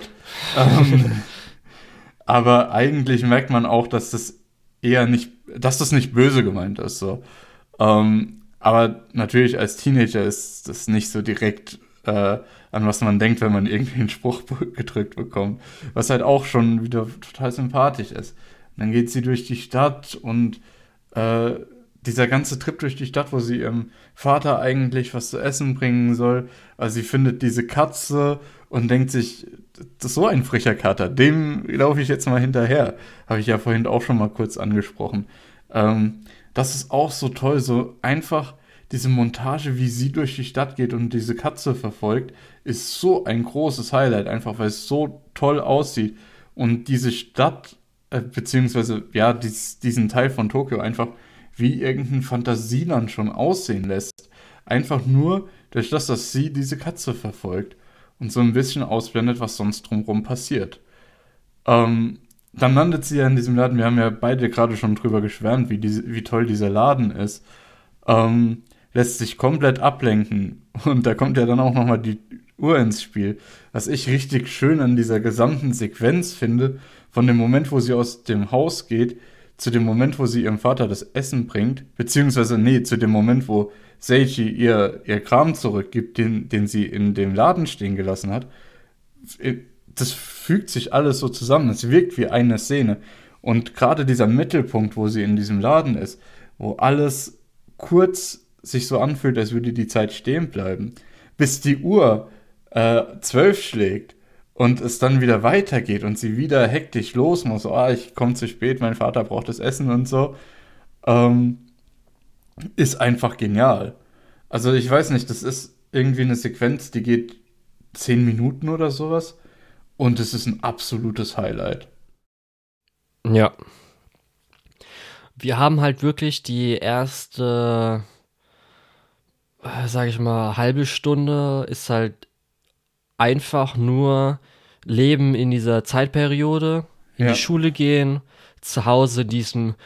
Aber eigentlich merkt man auch, dass das nicht böse gemeint ist. So. Aber natürlich als Teenager ist das nicht so direkt an was man denkt, wenn man irgendwie einen Spruch gedrückt bekommt. Was halt auch schon wieder total sympathisch ist. Und dann geht sie durch die Stadt und dieser ganze Trip durch die Stadt, wo sie ihrem Vater eigentlich was zu essen bringen soll. Also sie findet diese Katze und denkt sich, das ist so ein frecher Kater, dem laufe ich jetzt mal hinterher. Habe ich ja vorhin auch schon mal kurz angesprochen. Das ist auch so toll, so einfach diese Montage, wie sie durch die Stadt geht und diese Katze verfolgt, ist so ein großes Highlight, einfach weil es so toll aussieht. Und diese Stadt, beziehungsweise ja, diesen Teil von Tokio einfach wie irgendein Fantasieland schon aussehen lässt. Einfach nur durch das, dass sie diese Katze verfolgt und so ein bisschen ausblendet, was sonst drumherum passiert. Dann landet sie ja in diesem Laden, wir haben ja beide gerade schon drüber geschwärmt, wie toll dieser Laden ist. Lässt sich komplett ablenken. Und da kommt ja dann auch nochmal die Uhr ins Spiel. Was ich richtig schön an dieser gesamten Sequenz finde, von dem Moment, wo sie aus dem Haus geht, zu dem Moment, wo sie ihrem Vater das Essen bringt, beziehungsweise, zu dem Moment, wo Seiji ihr Kram zurückgibt, den sie in dem Laden stehen gelassen hat. Das fügt sich alles so zusammen. Es wirkt wie eine Szene. Und gerade dieser Mittelpunkt, wo sie in diesem Laden ist, wo alles kurz sich so anfühlt, als würde die Zeit stehen bleiben, bis die Uhr 12 schlägt und es dann wieder weitergeht und sie wieder hektisch los muss. Oh, ich komme zu spät, mein Vater braucht das Essen und so. Ist einfach genial. Also ich weiß nicht, das ist irgendwie eine Sequenz, die geht 10 Minuten oder sowas und es ist ein absolutes Highlight. Ja. Wir haben halt wirklich die erste, sag ich mal, halbe Stunde ist halt einfach nur Leben in dieser Zeitperiode, in die Schule gehen, zu Hause in diesem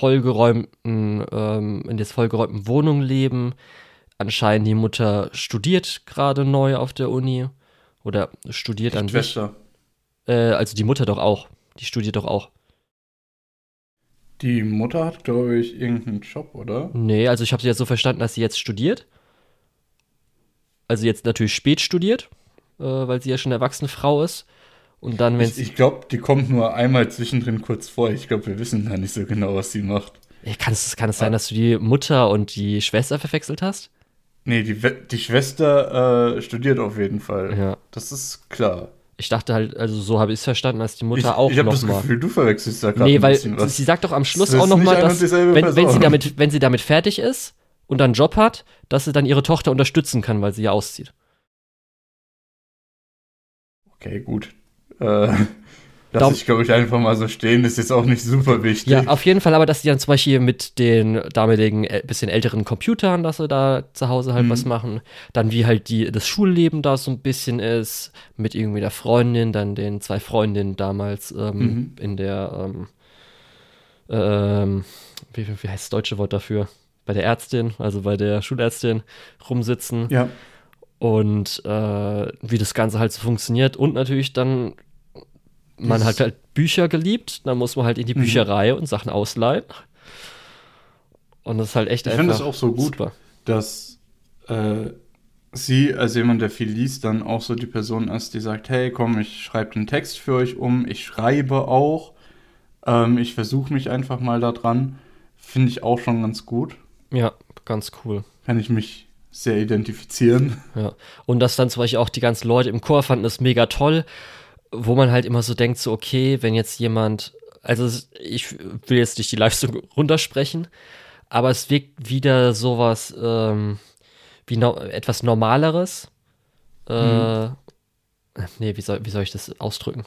in der vollgeräumten Wohnung leben. Anscheinend die Mutter studiert gerade neu auf der Uni oder studiert an sich. Also die Mutter doch auch. Die studiert doch auch. Die Mutter hat, glaube ich, irgendeinen Job, oder? Nee, also ich habe sie jetzt so verstanden, dass sie jetzt studiert. Also jetzt natürlich spät studiert, weil sie ja schon eine erwachsene Frau ist. Und dann, wenn ich glaube, die kommt nur einmal zwischendrin kurz vor. Ich glaube, wir wissen da nicht so genau, was sie macht. Kann es sein, dass du die Mutter und die Schwester verwechselt hast? Nee, die Schwester studiert auf jeden Fall. Ja. Das ist klar. Ich dachte halt, also so habe ich es verstanden, dass die Mutter auch noch mal... Ich habe das Gefühl, du verwechselst da gerade ein weil bisschen was. Sie sagt doch am Schluss auch noch mal, dass wenn sie damit fertig ist und dann einen Job hat, dass sie dann ihre Tochter unterstützen kann, weil sie ja auszieht. Okay, gut. Lass ich, glaube ich, einfach mal so stehen, ist jetzt auch nicht super wichtig. Ja, auf jeden Fall, aber dass sie dann zum Beispiel mit den damaligen, bisschen älteren Computern, dass sie da zu Hause halt was machen. Dann wie halt das Schulleben da so ein bisschen ist, mit irgendwie der Freundin, dann den 2 Freundinnen damals in der, wie heißt das deutsche Wort dafür? Bei der Ärztin, also bei der Schulärztin rumsitzen. Ja. Und wie das Ganze halt so funktioniert. Und natürlich dann man hat halt Bücher geliebt, dann muss man halt in die Bücherei und Sachen ausleihen. Und das ist halt echt einfach. Ich finde das auch so gut, super, dass sie als jemand, der viel liest, dann auch so die Person ist, die sagt, hey, komm, ich schreibe den Text für euch um, ich schreibe auch, ich versuche mich einfach mal da dran. Finde ich auch schon ganz gut. Ja, ganz cool. Kann ich mich sehr identifizieren. Ja, und dass dann zum Beispiel auch die ganzen Leute im Chor fanden das mega toll, wo man halt immer so denkt, so okay, wenn jetzt jemand, also ich will jetzt nicht die Leistung runtersprechen, aber es wirkt wieder sowas wie etwas Normaleres. Nee, wie soll ich das ausdrücken?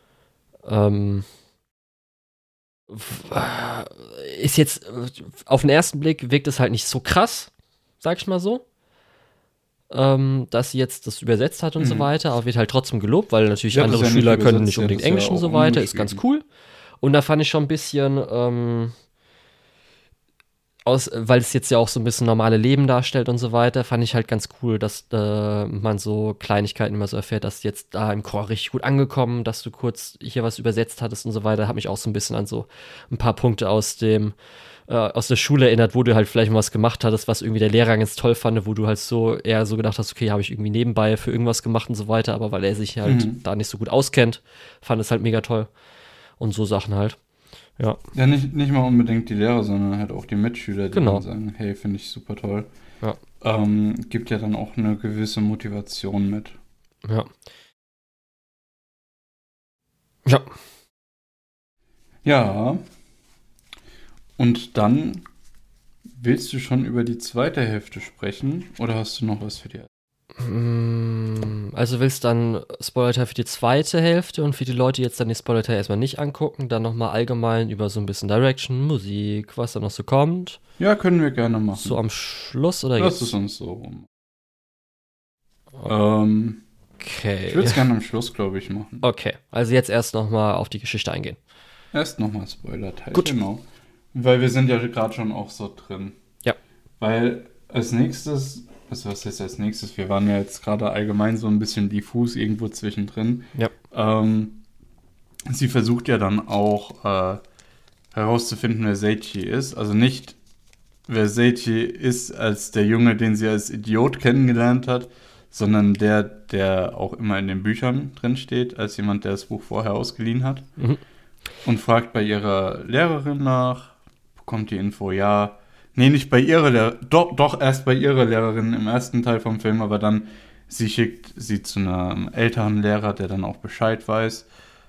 Ist jetzt, auf den ersten Blick wirkt es halt nicht so krass, sag ich mal so. Dass sie jetzt das übersetzt hat und so weiter, aber wird halt trotzdem gelobt, weil natürlich andere Schüler können nicht unbedingt Englisch und so weiter, ist ganz cool. Und da fand ich schon ein bisschen, weil es jetzt ja auch so ein bisschen normale Leben darstellt und so weiter, fand ich halt ganz cool, dass man so Kleinigkeiten immer so erfährt, dass jetzt da im Chor richtig gut angekommen, dass du kurz hier was übersetzt hattest und so weiter, hat mich auch so ein bisschen an so ein paar Punkte aus der Schule erinnert, wo du halt vielleicht mal was gemacht hattest, was irgendwie der Lehrer ganz toll fand, wo du halt so eher so gedacht hast, okay, habe ich irgendwie nebenbei für irgendwas gemacht und so weiter, aber weil er sich halt da nicht so gut auskennt, fand es halt mega toll. Und so Sachen halt. Ja. Ja, nicht mal unbedingt die Lehrer, sondern halt auch die Mitschüler, die dann sagen, hey, finde ich super toll. Ja. Gibt ja dann auch eine gewisse Motivation mit. Ja. Ja. Ja. Und dann willst du schon über die zweite Hälfte sprechen oder hast du noch was für die? Also willst du dann Spoiler-Teil für die zweite Hälfte und für die Leute, die jetzt dann die Spoiler-Teil erstmal nicht angucken, dann nochmal allgemein über so ein bisschen Direction, Musik, was da noch so kommt? Ja, können wir gerne machen. So am Schluss oder jetzt? Lass es uns so rum. Okay. Ich würde es gerne am Schluss, glaube ich, machen. Okay, also jetzt erst nochmal auf die Geschichte eingehen. Erst nochmal Spoiler-Teil. Gut. Genau. Weil wir sind ja gerade schon auch so drin. Ja. Weil als nächstes, also was heißt als nächstes? Wir waren ja jetzt gerade allgemein so ein bisschen diffus irgendwo zwischendrin. Ja. Sie versucht ja dann auch herauszufinden, wer Seichi ist. Also nicht, wer Seichi ist als der Junge, den sie als Idiot kennengelernt hat, sondern der auch immer in den Büchern drin steht, als jemand, der das Buch vorher ausgeliehen hat. Mhm. Und fragt bei ihrer Lehrerin nach, bekommt die Info, ja, nee, nicht bei ihrer Lehrerin, doch erst bei ihrer Lehrerin im ersten Teil vom Film, aber dann sie schickt sie zu einem älteren Lehrer, der dann auch Bescheid weiß.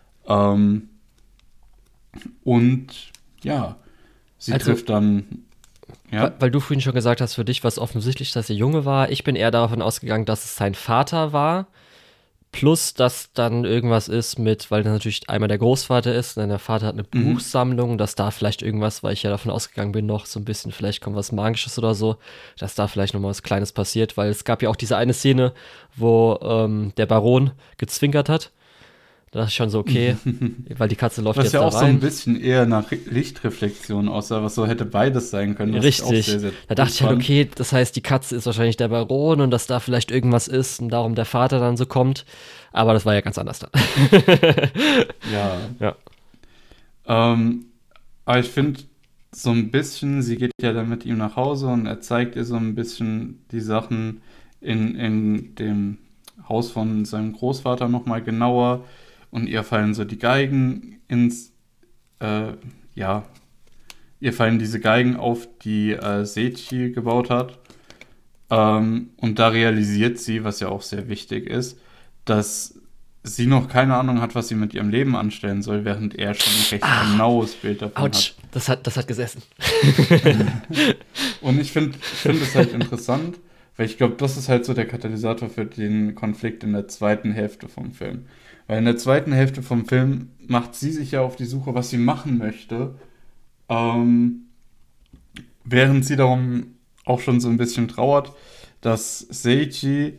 Und ja, sie Also, trifft dann, ja, Weil du vorhin schon gesagt hast, für dich war es offensichtlich, dass er Junge war. Ich bin eher davon ausgegangen, dass es sein Vater war. Plus, dass dann irgendwas ist mit, weil er natürlich einmal der Großvater ist, und der Vater hat eine Buchsammlung, dass da vielleicht irgendwas, weil ich ja davon ausgegangen bin, noch so ein bisschen, vielleicht kommt was Magisches oder so, dass da vielleicht noch mal was Kleines passiert, weil es gab ja auch diese eine Szene, wo der Baron gezwinkert hat. Da dachte ich schon so, okay, weil die Katze läuft was jetzt ja da auch so ein rein. bisschen eher nach Lichtreflexion aussah, was so hätte beides sein können. Was ich auch Richtig. sehr, sehr Da dachte gut ich halt, fand. okay, das heißt, die Katze ist wahrscheinlich der Baron und dass da vielleicht irgendwas ist und darum der Vater dann so kommt. Aber das war ja ganz anders dann. Ja. Ja. Aber ich finde, so ein bisschen, sie geht ja dann mit ihm nach Hause und er zeigt ihr so ein bisschen die Sachen in dem Haus von seinem Großvater nochmal genauer und ihr fallen so die Geigen ja, ihr fallen diese Geigen auf, die Seichi gebaut hat. Und da realisiert sie, was ja auch sehr wichtig ist, dass sie noch keine Ahnung hat, was sie mit ihrem Leben anstellen soll, während er schon ein recht genaues Bild davon Autsch, hat. das hat gesessen. Und ich find es halt interessant, weil ich glaube, das ist halt so der Katalysator für den Konflikt in der zweiten Hälfte vom Film. Weil in der zweiten Hälfte vom Film macht sie sich ja auf die Suche, was sie machen möchte, während sie darum auch schon so ein bisschen trauert, dass Seichi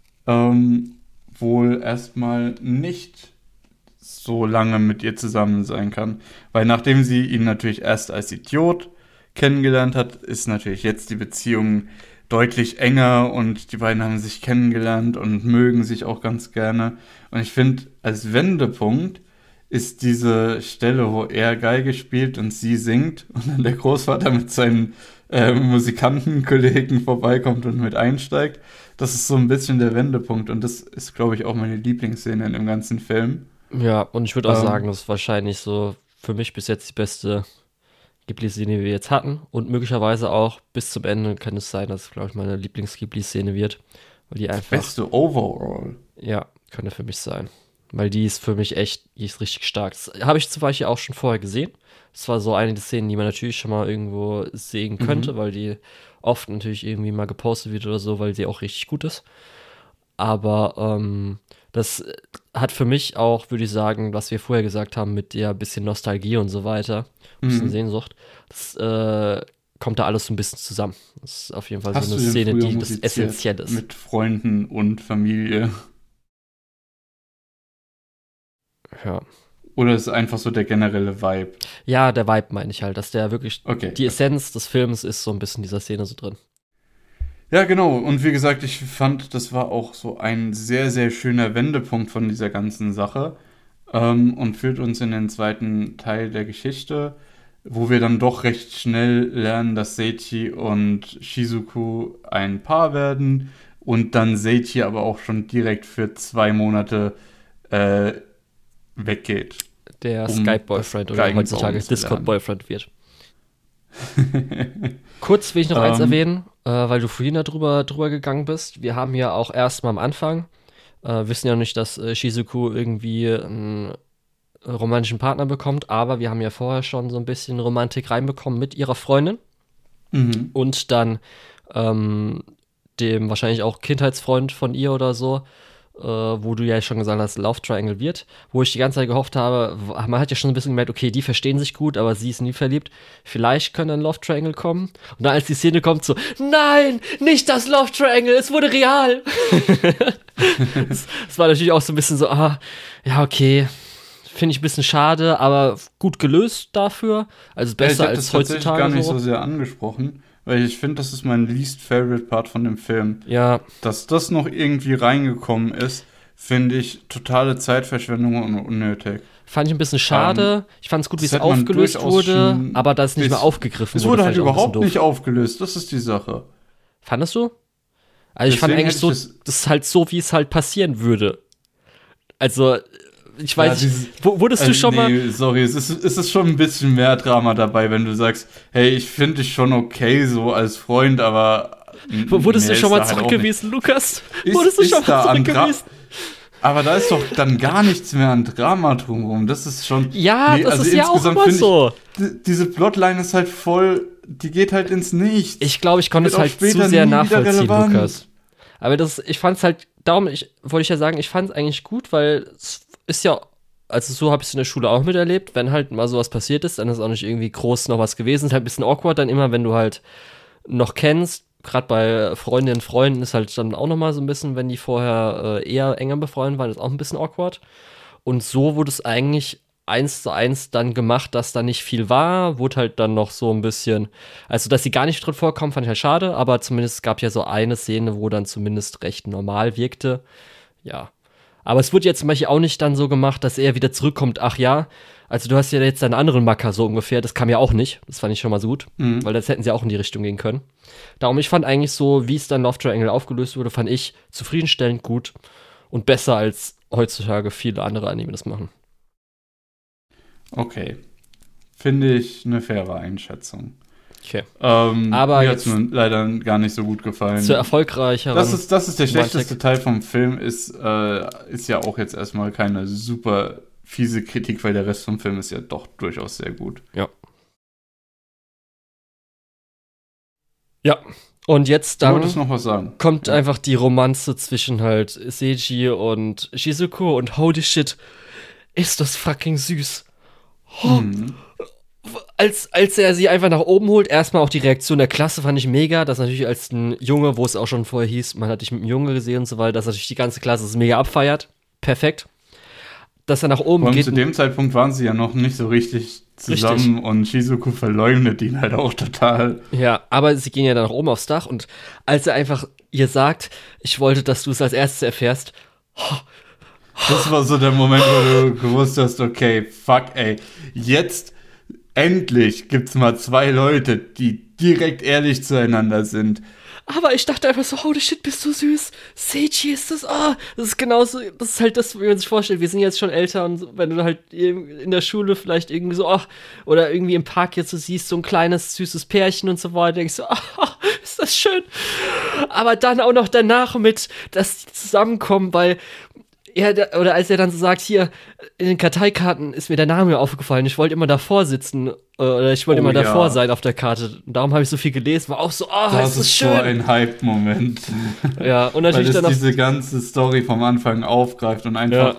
wohl erstmal nicht so lange mit ihr zusammen sein kann. Weil nachdem sie ihn natürlich erst als Idiot kennengelernt hat, ist natürlich jetzt die Beziehung deutlich enger und die beiden haben sich kennengelernt und mögen sich auch ganz gerne. Und ich finde, als Wendepunkt ist diese Stelle, wo er Geige spielt und sie singt und dann der Großvater mit seinen Musikantenkollegen vorbeikommt und mit einsteigt. Das ist so ein bisschen der Wendepunkt und das ist, glaube ich, auch meine Lieblingsszene in dem ganzen Film. Ja, und ich würde auch Ähm, sagen, das ist wahrscheinlich so für mich bis jetzt die beste Ghibli-Szene, die wir jetzt hatten. Und möglicherweise auch bis zum Ende kann es sein, dass es, glaube ich, meine Lieblings-Ghibli-Szene wird. Weil die einfach, Beste Overall. ja, könnte für mich sein. Weil die ist für mich echt, die ist richtig stark. Das habe ich zum Beispiel auch schon vorher gesehen. Das war so eine der Szenen, die man natürlich schon mal irgendwo sehen könnte, weil die oft natürlich irgendwie mal gepostet wird oder so, weil sie auch richtig gut ist. Aber das hat für mich auch, würde ich sagen, was wir vorher gesagt haben, mit der bisschen Nostalgie und so weiter, ein bisschen Sehnsucht, das kommt da alles so ein bisschen zusammen. Das ist auf jeden Fall Hast so du eine denn Szene, früher die das musiziert essentiell ist. mit Freunden und Familie? Ja. Oder ist es einfach so der generelle Vibe? Ja, der Vibe meine ich halt, dass der wirklich, Okay. die Essenz des Films ist so ein bisschen in dieser Szene so drin. Ja, genau. Und wie gesagt, ich fand, das war auch so ein sehr, sehr schöner Wendepunkt von dieser ganzen Sache. Und führt uns in den zweiten Teil der Geschichte, wo wir dann doch recht schnell lernen, dass Seichi und Shizuku ein Paar werden und dann Seichi aber auch schon direkt für 2 Monate weggeht. Der Um Skype-Boyfriend das oder Geigenbauen heutzutage zu Discord-Boyfriend wird. Kurz will ich noch eins erwähnen, weil du vorhin drüber gegangen bist. Wir haben ja auch erstmal am Anfang, wissen ja nicht, dass Shizuku irgendwie einen romantischen Partner bekommt, aber wir haben ja vorher schon so ein bisschen Romantik reinbekommen mit ihrer Freundin und dann dem wahrscheinlich auch Kindheitsfreund von ihr oder so, wo du ja schon gesagt hast, Love Triangle wird, wo ich die ganze Zeit gehofft habe, man hat ja schon ein bisschen gemerkt, okay, die verstehen sich gut, aber sie ist nie verliebt. Vielleicht könnte ein Love Triangle kommen. Und dann als die Szene kommt, so, nein, nicht das Love Triangle, es wurde real. Das war natürlich auch so ein bisschen so, ja, okay, finde ich ein bisschen schade, aber gut gelöst dafür. Also besser Ich als habe das tatsächlich heutzutage gar nicht so. so sehr angesprochen, weil ich finde, das ist mein least favorite Part von dem Film. Ja, Dass das noch irgendwie reingekommen ist, finde ich totale Zeitverschwendung und unnötig. fand ich ein bisschen schade. Ich fand es gut, wie das es hätte man aufgelöst durchaus wurde, schon aber dass es nicht mehr bis- aufgegriffen Es wurde. wurde halt vielleicht auch ein bisschen überhaupt doof. nicht aufgelöst, das ist die Sache. Fandest du? Also ich fand Deswegen eigentlich so, hätte ich das ist halt so, wie es halt passieren würde. Also, ich weiß nicht, wurdest du schon mal... Nee, sorry, es ist schon ein bisschen mehr Drama dabei, wenn du sagst, hey, ich finde dich schon okay so als Freund, aber Wurdest du mehr schon ist mal da halt auch zurückgewiesen, Lukas? nicht. Wurdest du schon Ist da mal an zurückgewiesen? Aber da ist doch dann gar nichts mehr an Drama drumherum. Das ist schon. Ja, das also ist ja auch insgesamt immer finde so. diese Plotline ist halt voll, die geht halt ins Nichts. Ich glaube, ich konnte es Wird auch halt zu später sehr nie wieder nachvollziehen, relevant. Lukas. Aber ich fand es halt, darum wollte ich ja sagen, ich fand es eigentlich gut, weil es ist ja, also so habe ich es in der Schule auch miterlebt, wenn halt mal sowas passiert ist, dann ist auch nicht irgendwie groß noch was gewesen, ist halt ein bisschen awkward dann immer, wenn du halt noch kennst, gerade bei Freundinnen und Freunden ist halt dann auch noch mal so ein bisschen, wenn die vorher eher enger befreundet waren, ist auch ein bisschen awkward. Und so wurde es eigentlich 1:1 dann gemacht, dass da nicht viel war, wurde halt dann noch so ein bisschen, also dass sie gar nicht drin vorkommen, fand ich halt schade, aber zumindest gab ja so eine Szene, wo dann zumindest recht normal wirkte. Ja. Aber es wurde jetzt zum Beispiel auch nicht dann so gemacht, dass er wieder zurückkommt, ach ja, also du hast ja jetzt deinen anderen Macker so ungefähr, das kam ja auch nicht, das fand ich schon mal so gut, weil das hätten sie auch in die Richtung gehen können. Darum, ich fand eigentlich so, wie es dann Love Triangle aufgelöst wurde, fand ich zufriedenstellend gut und besser als heutzutage viele andere Anime das machen. Okay. Finde ich eine faire Einschätzung. Okay. Aber mir hat jetzt es mir leider gar nicht so gut gefallen. Zur erfolgreicheren. Das ist der Romantik. schlechteste Teil vom Film, ist ja auch jetzt erstmal keine super fiese Kritik, weil der Rest vom Film ist ja doch durchaus sehr gut. Ja. Ja. Und jetzt Du dann wolltest noch was sagen. kommt einfach die Romanze zwischen halt Seiji und Shizuko und holy shit, ist das fucking süß. Oh, als er sie einfach nach oben holt, erstmal auch die Reaktion der Klasse fand ich mega. Das natürlich als ein Junge, wo es auch schon vorher hieß, man hat dich mit einem Junge gesehen und so weiter, dass natürlich die ganze Klasse es mega abfeiert. Perfekt. Dass er nach oben Vor allem geht. zu dem Zeitpunkt waren sie ja noch nicht so richtig zusammen und Shizuku verleugnet ihn halt auch total. Ja, aber sie gehen ja dann nach oben aufs Dach und als er einfach ihr sagt, ich wollte, dass du es als Erstes erfährst, Das war so der Moment, wo du gewusst hast, okay, fuck, ey, jetzt endlich gibt's mal zwei Leute, die direkt ehrlich zueinander sind. aber ich dachte einfach so, holy shit, bist du süß. Seiji ist das, das ist genauso, das ist halt das, wie man sich vorstellt. Wir sind jetzt schon älter und so, wenn du halt in der Schule vielleicht irgendwie so, oder irgendwie im Park jetzt so siehst, so ein kleines, süßes Pärchen und so weiter, denkst du, ist das schön. Aber dann auch noch danach mit, dass die zusammenkommen, weil oder als er dann so sagt, hier, in den Karteikarten ist mir der Name aufgefallen, ich wollte immer davor sitzen, oder ich wollte immer davor sein auf der Karte. Und darum habe ich so viel gelesen, war auch so, Das ist schön. so ein Hype-Moment. Ja, und natürlich weil dann es noch diese ganze Story vom Anfang aufgreift und einfach,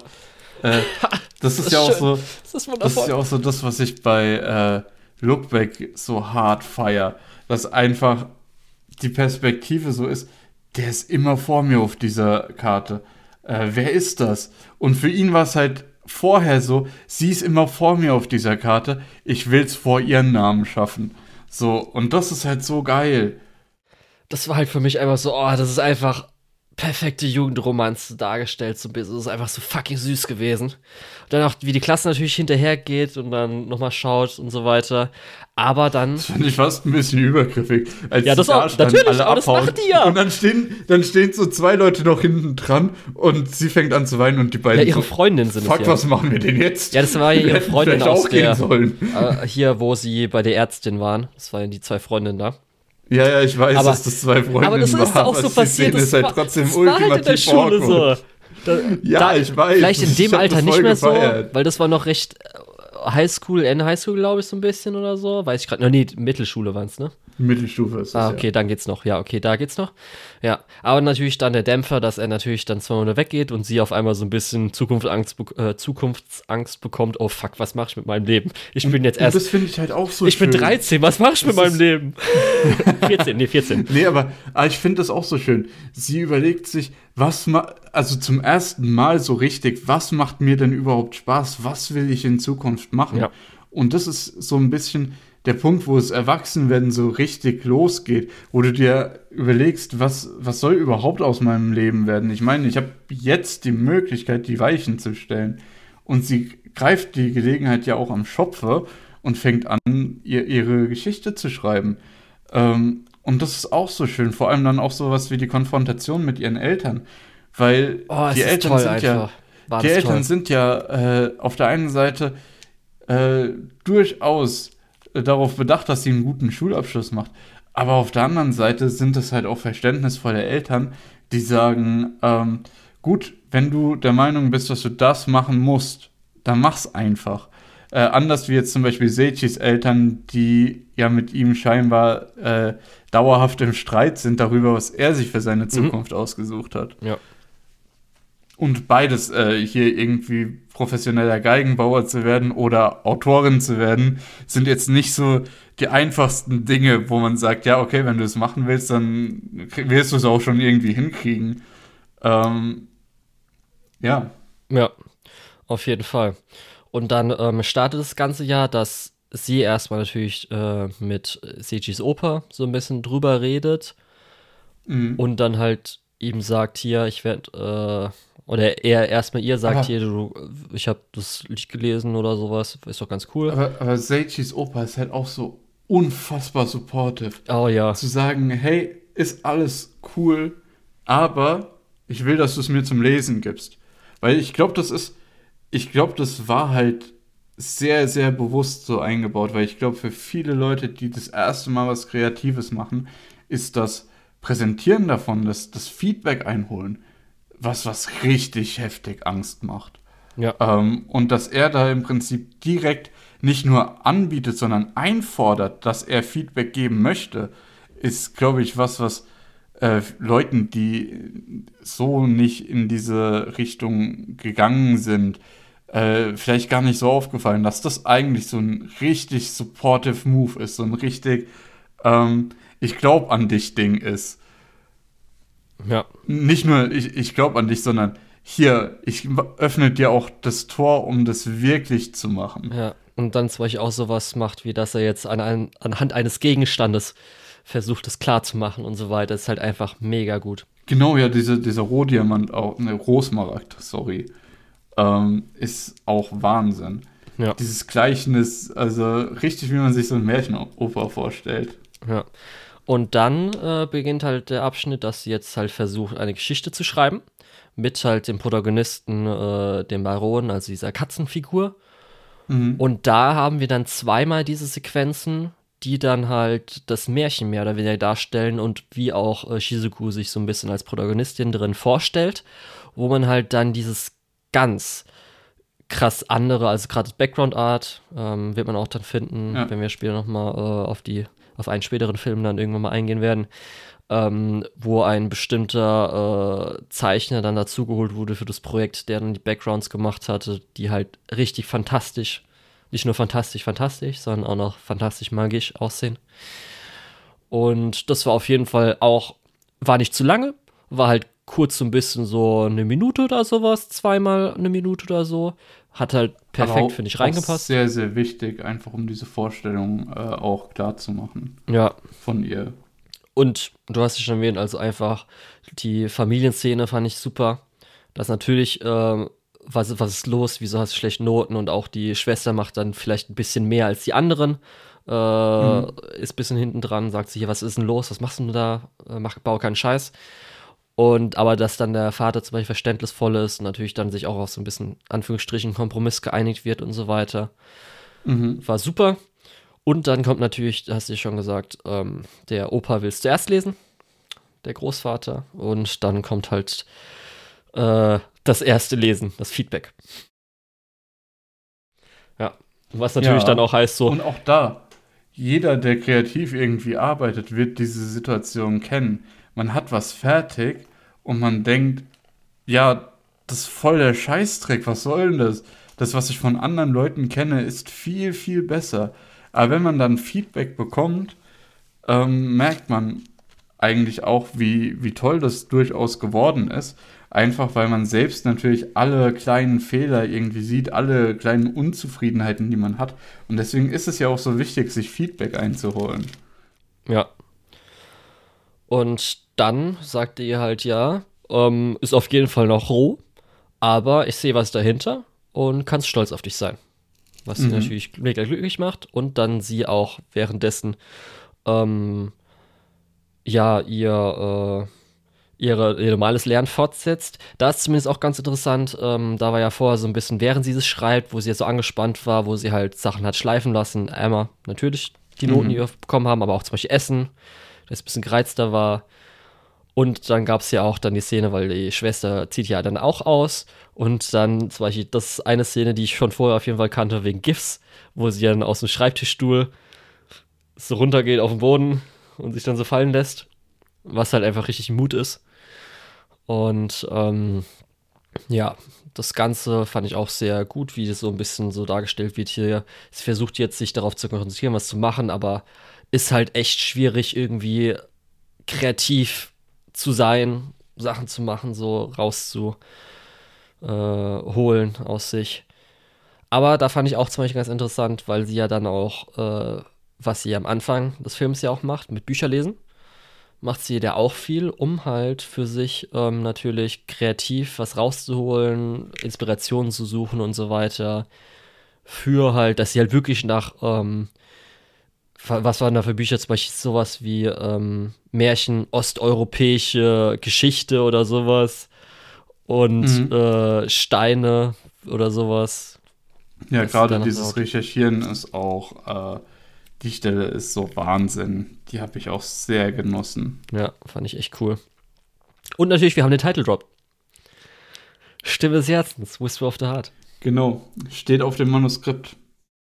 das ist ja auch so, das das ist ja auch so das, was ich bei Lookback so hart feier, dass einfach die Perspektive so ist, der ist immer vor mir auf dieser Karte. Wer ist das? Und für ihn war es halt vorher so, sie ist immer vor mir auf dieser Karte, ich will's vor ihren Namen schaffen. So, und das ist halt so geil. Das war halt für mich einfach so, das ist einfach perfekte Jugendromanze dargestellt, so ein bisschen. Das ist einfach so fucking süß gewesen. Und dann auch, wie die Klasse natürlich hinterhergeht und dann nochmal schaut und so weiter. Aber dann. Das finde ich fast ein bisschen übergriffig. Als Ja, das da auch, standen, natürlich, alle aber das abhauen. machen die ja. Und dann stehen so zwei Leute noch hinten dran und sie fängt an zu weinen und die beiden Ja, ihre so, Freundin sind fuck, es ja. was machen wir denn jetzt? Ja, das war ja Wir ihre hätten Freundin vielleicht aus auch gehen der, sollen. hier, wo sie bei der Ärztin waren. Das waren die zwei Freundinnen da. Ja, ich weiß, Aber- dass das zwei Freundinnen Aber das ist waren, auch so aber die passiert, Szene ist halt trotzdem das war halt in der ultimativ Schule so. awkward. Ja, ich weiß. Vielleicht in Ich dem hab Alter das nicht voll mehr so, gefeiert. weil das war noch recht Ende Highschool, glaube ich, so ein bisschen oder so. Weiß ich gerade. Nee, Mittelschule waren es, ne? Mittelstufe ist das, Okay, dann geht's noch. Ja, okay, da geht's noch. Ja, aber natürlich dann der Dämpfer, dass er natürlich dann 2 Monate weggeht und sie auf einmal so ein bisschen Zukunftsangst bekommt. Oh fuck, was mach ich mit meinem Leben? Ich bin jetzt Und erst. das finde ich halt auch so Ich bin schön. 13, was mach ich mit Das meinem ist- Leben? 14. Nee, aber ich finde das auch so schön. Sie überlegt sich, also zum ersten Mal so richtig, was macht mir denn überhaupt Spaß? Was will ich in Zukunft machen? Ja. Und das ist so ein bisschen der Punkt, wo das Erwachsenwerden so richtig losgeht, wo du dir überlegst, was soll überhaupt aus meinem Leben werden? Ich meine, ich habe jetzt die Möglichkeit, die Weichen zu stellen. Und sie greift die Gelegenheit ja auch am Schopfe und fängt an, ihre Geschichte zu schreiben. Und das ist auch so schön, vor allem dann auch sowas wie die Konfrontation mit ihren Eltern, weil Oh, es ist toll einfach. War die das Eltern toll. sind ja auf der einen Seite äh, durchaus darauf bedacht, dass sie einen guten Schulabschluss macht. Aber auf der anderen Seite sind es halt auch verständnisvolle Eltern, die sagen, gut, wenn du der Meinung bist, dass du das machen musst, dann mach's einfach. Anders wie jetzt zum Beispiel Seichis Eltern, die ja mit ihm scheinbar dauerhaft im Streit sind darüber, was er sich für seine Mhm. Zukunft ausgesucht hat. Ja. Und beides, hier irgendwie professioneller Geigenbauer zu werden oder Autorin zu werden, sind jetzt nicht so die einfachsten Dinge, wo man sagt, ja, okay, wenn du es machen willst, dann wirst du es auch schon irgendwie hinkriegen. Ähm, ja. Ja, auf jeden Fall. Und dann startet das ganze Jahr, dass sie erstmal natürlich mit Seijis Opa so ein bisschen drüber redet Mhm. und dann halt ihm sagt, hier, ich werde, oder er erstmal ihr sagt, Aber, hier, du, ich habe das Lied gelesen oder sowas, ist doch ganz cool. aber Seichis Opa ist halt auch so unfassbar supportive. Oh ja, Zu sagen, hey, ist alles cool, aber ich will, dass du es mir zum Lesen gibst. Weil ich glaube, das war halt sehr, sehr bewusst so eingebaut, weil ich glaube, für viele Leute, die das erste Mal was Kreatives machen, ist das Präsentieren davon, das Feedback einholen, was richtig heftig Angst macht. ja, Und dass er da im Prinzip direkt nicht nur anbietet, sondern einfordert, dass er Feedback geben möchte, ist, glaube ich, was Leuten, die so nicht in diese Richtung gegangen sind, vielleicht gar nicht so aufgefallen, dass das eigentlich so ein richtig supportive Move ist, so ein richtig ich glaube an dich Ding ist. ja, Nicht nur ich glaube an dich, sondern hier, ich öffne dir auch das Tor, um das wirklich zu machen. ja. Und dann zum Beispiel auch sowas macht, wie dass er jetzt anhand eines Gegenstandes versucht, es klar zu machen und so weiter. Ist halt einfach mega gut. Genau, ja, dieser Rohdiamant auch, ne, Rohsmaragd, sorry, ist auch Wahnsinn. Ja, Dieses Gleichnis, also richtig, wie man sich so ein Märchenoper vorstellt. ja. Und dann beginnt halt der Abschnitt, dass sie jetzt halt versucht, eine Geschichte zu schreiben. Mit halt dem Protagonisten, dem Baron, also dieser Katzenfigur. Mhm. Und da haben wir dann zweimal diese Sequenzen, die dann halt das Märchen mehr oder weniger darstellen und wie auch Shizuku sich so ein bisschen als Protagonistin drin vorstellt, wo man halt dann dieses ganz krass andere, also gerade das Background Art, wird man auch dann finden, Ja. wenn wir später nochmal auf einen späteren Film dann irgendwann mal eingehen werden, wo ein bestimmter Zeichner dann dazugeholt wurde für das Projekt, der dann die Backgrounds gemacht hatte, die halt richtig fantastisch, nicht nur fantastisch, sondern auch noch fantastisch magisch aussehen. Und das war auf jeden Fall auch, war nicht zu lange, war halt kurz so ein bisschen so eine Minute oder sowas, zweimal eine Minute oder so. Hat halt Aber perfekt, finde ich, auch reingepasst. sehr, sehr wichtig, einfach um diese Vorstellung auch klar zu machen Ja, von ihr. und du hast es schon erwähnt, also einfach die Familienszene fand ich super. Das natürlich, was ist los, wieso hast du schlechte Noten und auch die Schwester macht dann vielleicht ein bisschen mehr als die anderen. Mhm. Ist ein bisschen hinten dran, sagt sich, was ist denn los, was machst du denn da? Bau keinen Scheiß. Und aber dass dann der Vater zum Beispiel verständnisvoll ist und natürlich dann sich auch auf so ein bisschen, Anführungsstrichen, Kompromiss geeinigt wird und so weiter. Mhm. War super. Und dann kommt natürlich, hast du ja schon gesagt, der Opa will es zuerst lesen, der Großvater. Und dann kommt halt das erste Lesen, das Feedback. Ja. Was natürlich dann Ja, auch heißt so, und auch da, jeder, der kreativ irgendwie arbeitet, wird diese Situation kennen. Man hat was fertig und man denkt, ja, das ist voll der Scheißdreck, was soll denn das? Das, was ich von anderen Leuten kenne, ist viel, viel besser. Aber wenn man dann Feedback bekommt, merkt man eigentlich auch, wie toll das durchaus geworden ist. Einfach weil man selbst natürlich alle kleinen Fehler irgendwie sieht, alle kleinen Unzufriedenheiten, die man hat. Und deswegen ist es ja auch so wichtig, sich Feedback einzuholen. ja. Und dann sagte ihr halt, ja, ist auf jeden Fall noch roh, aber ich sehe was dahinter und kannst stolz auf dich sein. Was sie Mhm. natürlich mega glücklich macht und dann sie auch währenddessen ähm, ja ihr normales Lernen fortsetzt. Da ist zumindest auch ganz interessant, da war ja vorher so ein bisschen, während sie es schreibt, wo sie jetzt so angespannt war, wo sie halt Sachen hat schleifen lassen. Einmal natürlich die Noten, die wir bekommen haben, aber auch zum Beispiel Essen, das ein bisschen gereizter war. Und dann gab es ja auch dann die Szene, weil die Schwester zieht ja dann auch aus. Und dann zum Beispiel, das ist eine Szene, die ich schon vorher auf jeden Fall kannte, wegen GIFs, wo sie dann aus dem Schreibtischstuhl so runtergeht auf den Boden und sich dann so fallen lässt. Was halt einfach richtig Mut ist. Und ja, das Ganze fand ich auch sehr gut, wie das so ein bisschen so dargestellt wird hier. Sie versucht jetzt, sich darauf zu konzentrieren, was zu machen, aber ist halt echt schwierig, irgendwie kreativ zu sein, Sachen zu machen, so rauszuholen aus sich. Aber da fand ich auch zum Beispiel ganz interessant, weil sie ja dann auch, was sie am Anfang des Films ja auch macht, mit Bücherlesen, macht sie da auch viel, um halt für sich natürlich kreativ was rauszuholen, Inspirationen zu suchen und so weiter. Für halt, dass sie halt wirklich nach, was waren da für Bücher, zum Beispiel sowas wie Märchen, osteuropäische Geschichte oder sowas und Steine oder sowas. Ja, Was gerade da noch dieses laut- Recherchieren ist auch, die Stelle ist so Wahnsinn. Die habe ich auch sehr genossen. Ja, fand ich echt cool. Und natürlich, wir haben den Title Drop. Stimme des Herzens, Whisper of the Heart. Genau, steht auf dem Manuskript.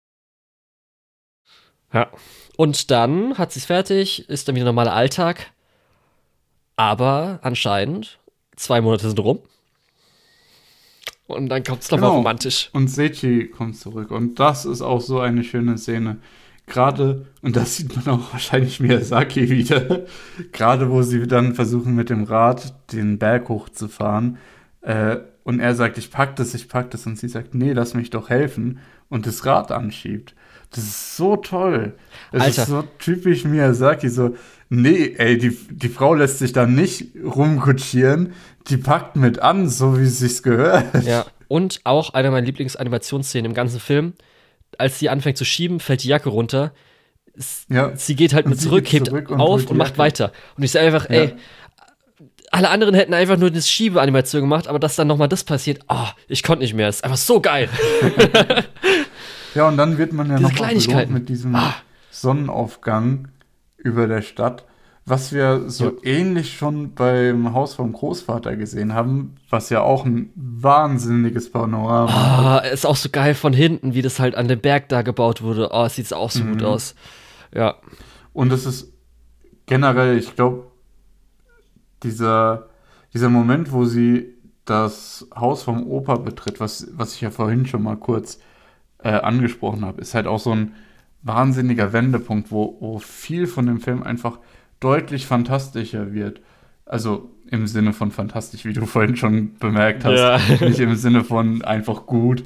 Ja. Und dann hat sie es fertig, ist dann wieder normaler Alltag. Aber anscheinend, 2 Monate sind rum. Und dann kommt es nochmal romantisch. Und Seichi kommt zurück. Und das ist auch so eine schöne Szene. Gerade, und das sieht man auch wahrscheinlich Miyazaki wieder, gerade wo sie dann versuchen, mit dem Rad den Berg hochzufahren. Und er sagt, ich pack das. Und sie sagt, nee, lass mich doch helfen. Und das Rad anschiebt. Das ist so toll. Das Alter. ist so typisch Miyazaki. So, nee, ey, die Frau lässt sich da nicht rumkutschieren. Die packt mit an, so wie es sich gehört. Ja. Und auch eine meiner Lieblingsanimationsszenen im ganzen Film. Als sie anfängt zu schieben, fällt die Jacke runter. Ja. Sie geht halt Und mit sie zurück, geht hebt zurück und auf holt die und macht Jacke. weiter. Und ich sage einfach, ey, alle anderen hätten einfach nur das Schiebeanimation gemacht, aber dass dann nochmal das passiert, ich konnte nicht mehr. Das ist einfach so geil. Ja, und dann wird man ja Diese noch mal Kleinigkeiten. belohnt mit diesem Sonnenaufgang über der Stadt, was wir so ähnlich schon beim Haus vom Großvater gesehen haben, was ja auch ein wahnsinniges Panorama hat. Ist auch so geil von hinten, wie das halt an dem Berg da gebaut wurde. Es sieht auch so gut aus. Ja. Und es ist generell, ich glaube, dieser Moment, wo sie das Haus vom Opa betritt, was ich ja vorhin schon mal kurz angesprochen habe, ist halt auch so ein wahnsinniger Wendepunkt, wo viel von dem Film einfach deutlich fantastischer wird. Also im Sinne von fantastisch, wie du vorhin schon bemerkt hast. Ja. Nicht im Sinne von einfach gut.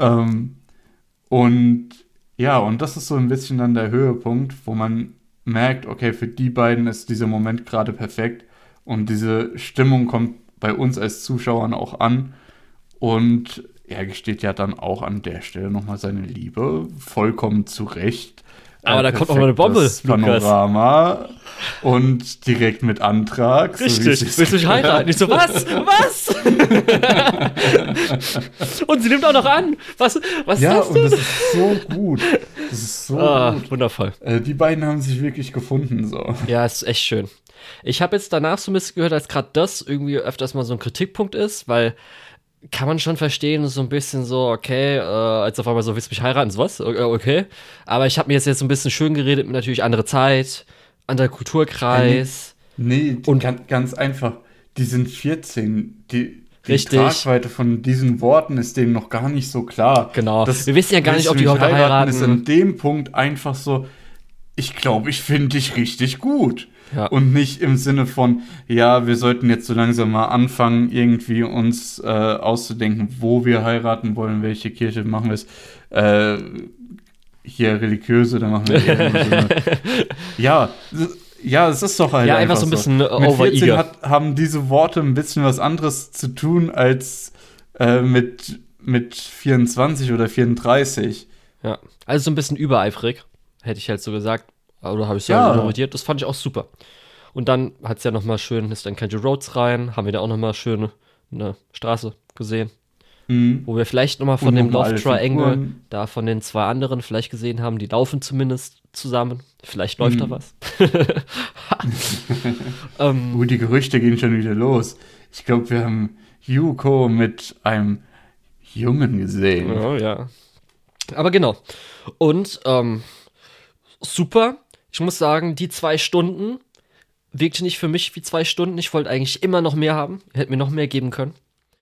Und ja, und das ist so ein bisschen dann der Höhepunkt, wo man merkt, okay, für die beiden ist dieser Moment gerade perfekt. Und diese Stimmung kommt bei uns als Zuschauern auch an. Und er gesteht ja dann auch an der Stelle nochmal seine Liebe, vollkommen zurecht. Aber da kommt noch mal eine Bombe, perfektes Panorama und direkt mit Antrag. Richtig, so wie es sich willst du mich gehört. heiraten? Ich so, was? Und sie nimmt auch noch an. Was Ja, ist das und denn? das ist so gut. Das ist so gut. Wundervoll. Die beiden haben sich wirklich gefunden, so. Ja, ist echt schön. Ich habe jetzt danach so ein bisschen gehört, als gerade das irgendwie öfters mal so ein Kritikpunkt ist, weil kann man schon verstehen, so ein bisschen so, okay, als auf einmal so, willst du mich heiraten, so was? Okay. Aber ich habe mir jetzt so ein bisschen schön geredet mit natürlich andere Zeit, anderer Kulturkreis. Nee, Und- ganz einfach. Die sind 14. Die Richtig. Tragweite von diesen Worten ist denen noch gar nicht so klar. Genau. Das Wir wissen ja gar nicht, ob die willst du heute mich heiraten. ist in dem Punkt einfach so, ich glaube, ich finde dich richtig gut. Ja. Und nicht im Sinne von, ja, wir sollten jetzt so langsam mal anfangen, irgendwie uns auszudenken, wo wir heiraten wollen, welche Kirche machen wir es. Hier religiöse, da machen wir irgendwie so eine, ja, es ist doch halt Ja, einfach so ein bisschen Mit 14 over-eager. haben diese Worte ein bisschen was anderes zu tun als mit 24 oder 34. Ja. Also so ein bisschen übereifrig, hätte ich halt so gesagt. Oder habe ich so Ja. interpretiert. Das fand ich auch super. Und dann hat es ja nochmal schön, ist dann Country Roads rein, haben wir da auch nochmal schön eine Straße gesehen. Wo wir vielleicht nochmal von Und dem noch mal Love alle Triangle, Figuren. da von den zwei anderen vielleicht gesehen haben, die laufen zumindest zusammen. Vielleicht läuft da was. Die Gerüchte gehen schon wieder los. Ich glaube, wir haben Yuko mit einem Jungen gesehen. Oh, ja. Aber genau. Und super. Ich muss sagen, die 2 Stunden wirkte nicht für mich wie 2 Stunden. Ich wollte eigentlich immer noch mehr haben. Hätte mir noch mehr geben können.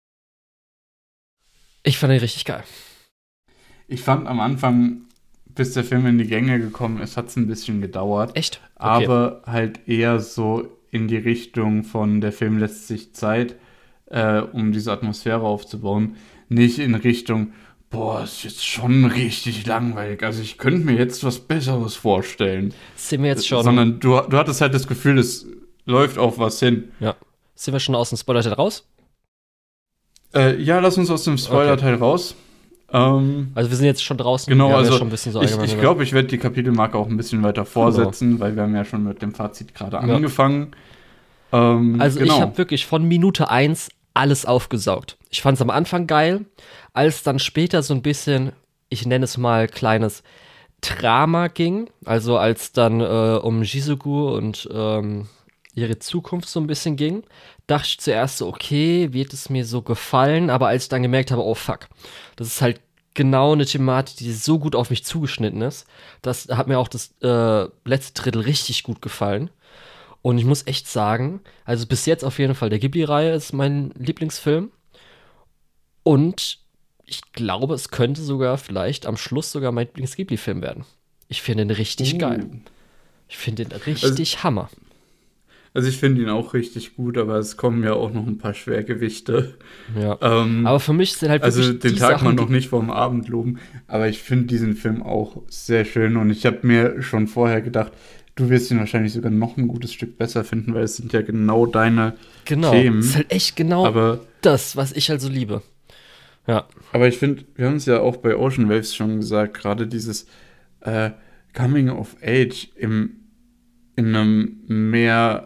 Ich fand ihn richtig geil. Ich fand am Anfang, bis der Film in die Gänge gekommen ist, hat es ein bisschen gedauert. Echt? Okay. Aber halt eher so in die Richtung von der Film lässt sich Zeit, um diese Atmosphäre aufzubauen. Nicht in Richtung, boah, ist jetzt schon richtig langweilig. Also ich könnte mir jetzt was Besseres vorstellen. Sind wir jetzt schon. Sondern du hattest halt das Gefühl, es läuft auf was hin. Ja. Sind wir schon aus dem Spoiler-Teil raus? Ja, lass uns aus dem Spoiler-Teil raus. Also wir sind jetzt schon draußen. Genau, wir haben also ja schon ein bisschen so ich glaube, ich werde die Kapitelmarke auch ein bisschen weiter vorsetzen, weil wir haben ja schon mit dem Fazit gerade angefangen. Also genau. ich habe wirklich von Minute 1 alles aufgesaugt. Ich fand es am Anfang geil, als dann später so ein bisschen, ich nenne es mal kleines Drama ging, also als dann um Shizuku und ihre Zukunft so ein bisschen ging, dachte ich zuerst so, okay, wird es mir so gefallen, aber als ich dann gemerkt habe, oh fuck, das ist halt genau eine Thematik, die so gut auf mich zugeschnitten ist, das hat mir auch das letzte Drittel richtig gut gefallen. Und ich muss echt sagen, also bis jetzt auf jeden Fall, der Ghibli-Reihe ist mein Lieblingsfilm. Und ich glaube, es könnte sogar vielleicht am Schluss sogar mein Lieblings-Ghibli-Film werden. Ich finde ihn richtig geil. Ich finde ihn richtig Hammer. Also ich finde ihn auch richtig gut, aber es kommen ja auch noch ein paar Schwergewichte. Ja. Aber für mich sind halt wirklich also den die Tag Sachen, mal noch nicht vorm Abend loben, aber ich finde diesen Film auch sehr schön und ich habe mir schon vorher gedacht, du wirst ihn wahrscheinlich sogar noch ein gutes Stück besser finden, weil es sind ja genau deine Themen. Das ist halt echt genau das, was ich halt so liebe. Ja. Aber ich finde, wir haben es ja auch bei Ocean Waves schon gesagt, gerade dieses Coming of Age in einem mehr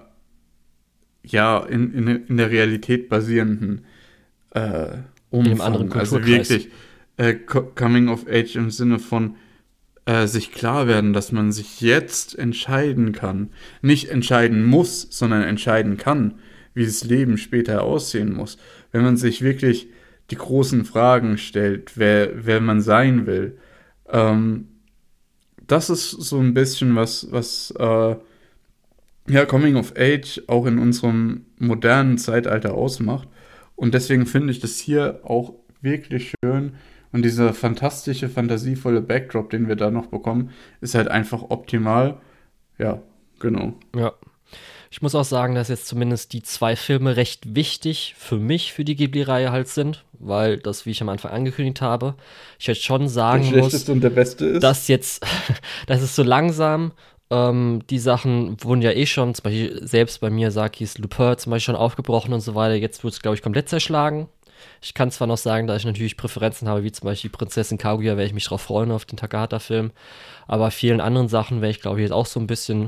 in der Realität basierenden Umfang. In einem anderen Kulturkreis. Also wirklich Coming of Age im Sinne von sich klar werden, dass man sich jetzt entscheiden kann. Nicht entscheiden muss, sondern entscheiden kann, wie das Leben später aussehen muss. Wenn man sich wirklich die großen Fragen stellt, wer man sein will. Das ist so ein bisschen was Coming of Age auch in unserem modernen Zeitalter ausmacht. Und deswegen finde ich das hier auch wirklich schön. Und dieser fantastische, fantasievolle Backdrop, den wir da noch bekommen, ist halt einfach optimal. Ja, genau. Ja. Ich muss auch sagen, dass jetzt zumindest die 2 Filme recht wichtig für mich, für die Ghibli-Reihe halt sind, weil das, wie ich am Anfang angekündigt habe, ich jetzt schon sagen muss, der schlechteste und der beste ist. Dass jetzt, das ist so langsam, die Sachen wurden ja eh schon, zum Beispiel selbst bei Miyazakis Lupin zum Beispiel schon aufgebrochen und so weiter, jetzt wird es, glaube ich, komplett zerschlagen. Ich kann zwar noch sagen, dass ich natürlich Präferenzen habe, wie zum Beispiel Prinzessin Kaguya, werde ich mich drauf freuen auf den Takahata-Film, aber vielen anderen Sachen werde ich, glaube ich, jetzt auch so ein bisschen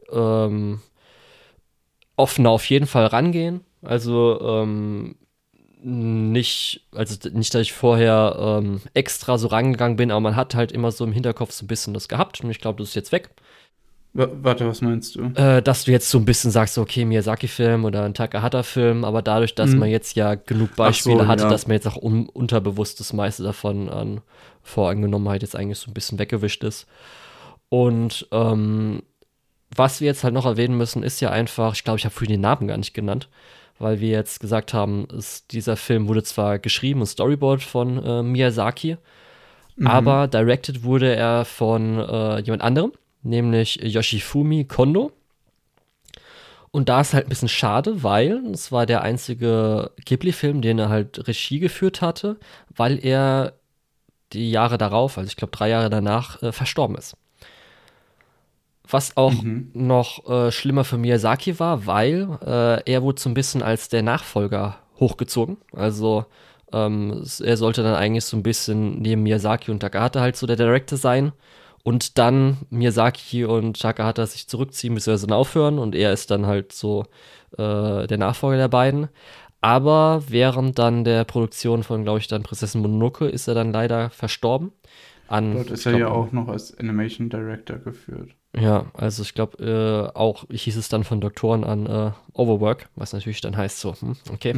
offener auf jeden Fall rangehen. Also nicht, dass ich vorher extra so rangegangen bin, aber man hat halt immer so im Hinterkopf so ein bisschen das gehabt und ich glaube, das ist jetzt weg. Warte, was meinst du? Dass du jetzt so ein bisschen sagst, okay, Miyazaki-Film oder ein Takahata-Film, aber dadurch, dass man jetzt ja genug Beispiele hatte, dass man jetzt auch unterbewusst das meiste davon an Voreingenommenheit jetzt eigentlich so ein bisschen weggewischt ist. Und was wir jetzt halt noch erwähnen müssen, ist ja einfach, ich glaube, ich habe vorhin den Namen gar nicht genannt, weil wir jetzt gesagt haben, dieser Film wurde zwar geschrieben und Storyboard von Miyazaki, aber directed wurde er von jemand anderem, nämlich Yoshifumi Kondo. Und da ist halt ein bisschen schade, weil es war der einzige Ghibli-Film, den er halt Regie geführt hatte, weil er die Jahre darauf, also ich glaube 3 Jahre danach, verstorben ist. Was auch noch schlimmer für Miyazaki war, weil er wurde so ein bisschen als der Nachfolger hochgezogen. Also er sollte dann eigentlich so ein bisschen neben Miyazaki und Takahata halt so der Director sein. Und dann Miyazaki und Takahata sich zurückziehen, beziehungsweise dann aufhören und er ist dann halt so der Nachfolger der beiden. Aber während dann der Produktion von, glaube ich, dann Prinzessin Mononoke ist er dann leider verstorben. Dort ist er ja auch noch als Animation Director geführt. Ja, also ich glaube, auch hieß es dann von Doktoren an Overwork, was natürlich dann heißt so, okay.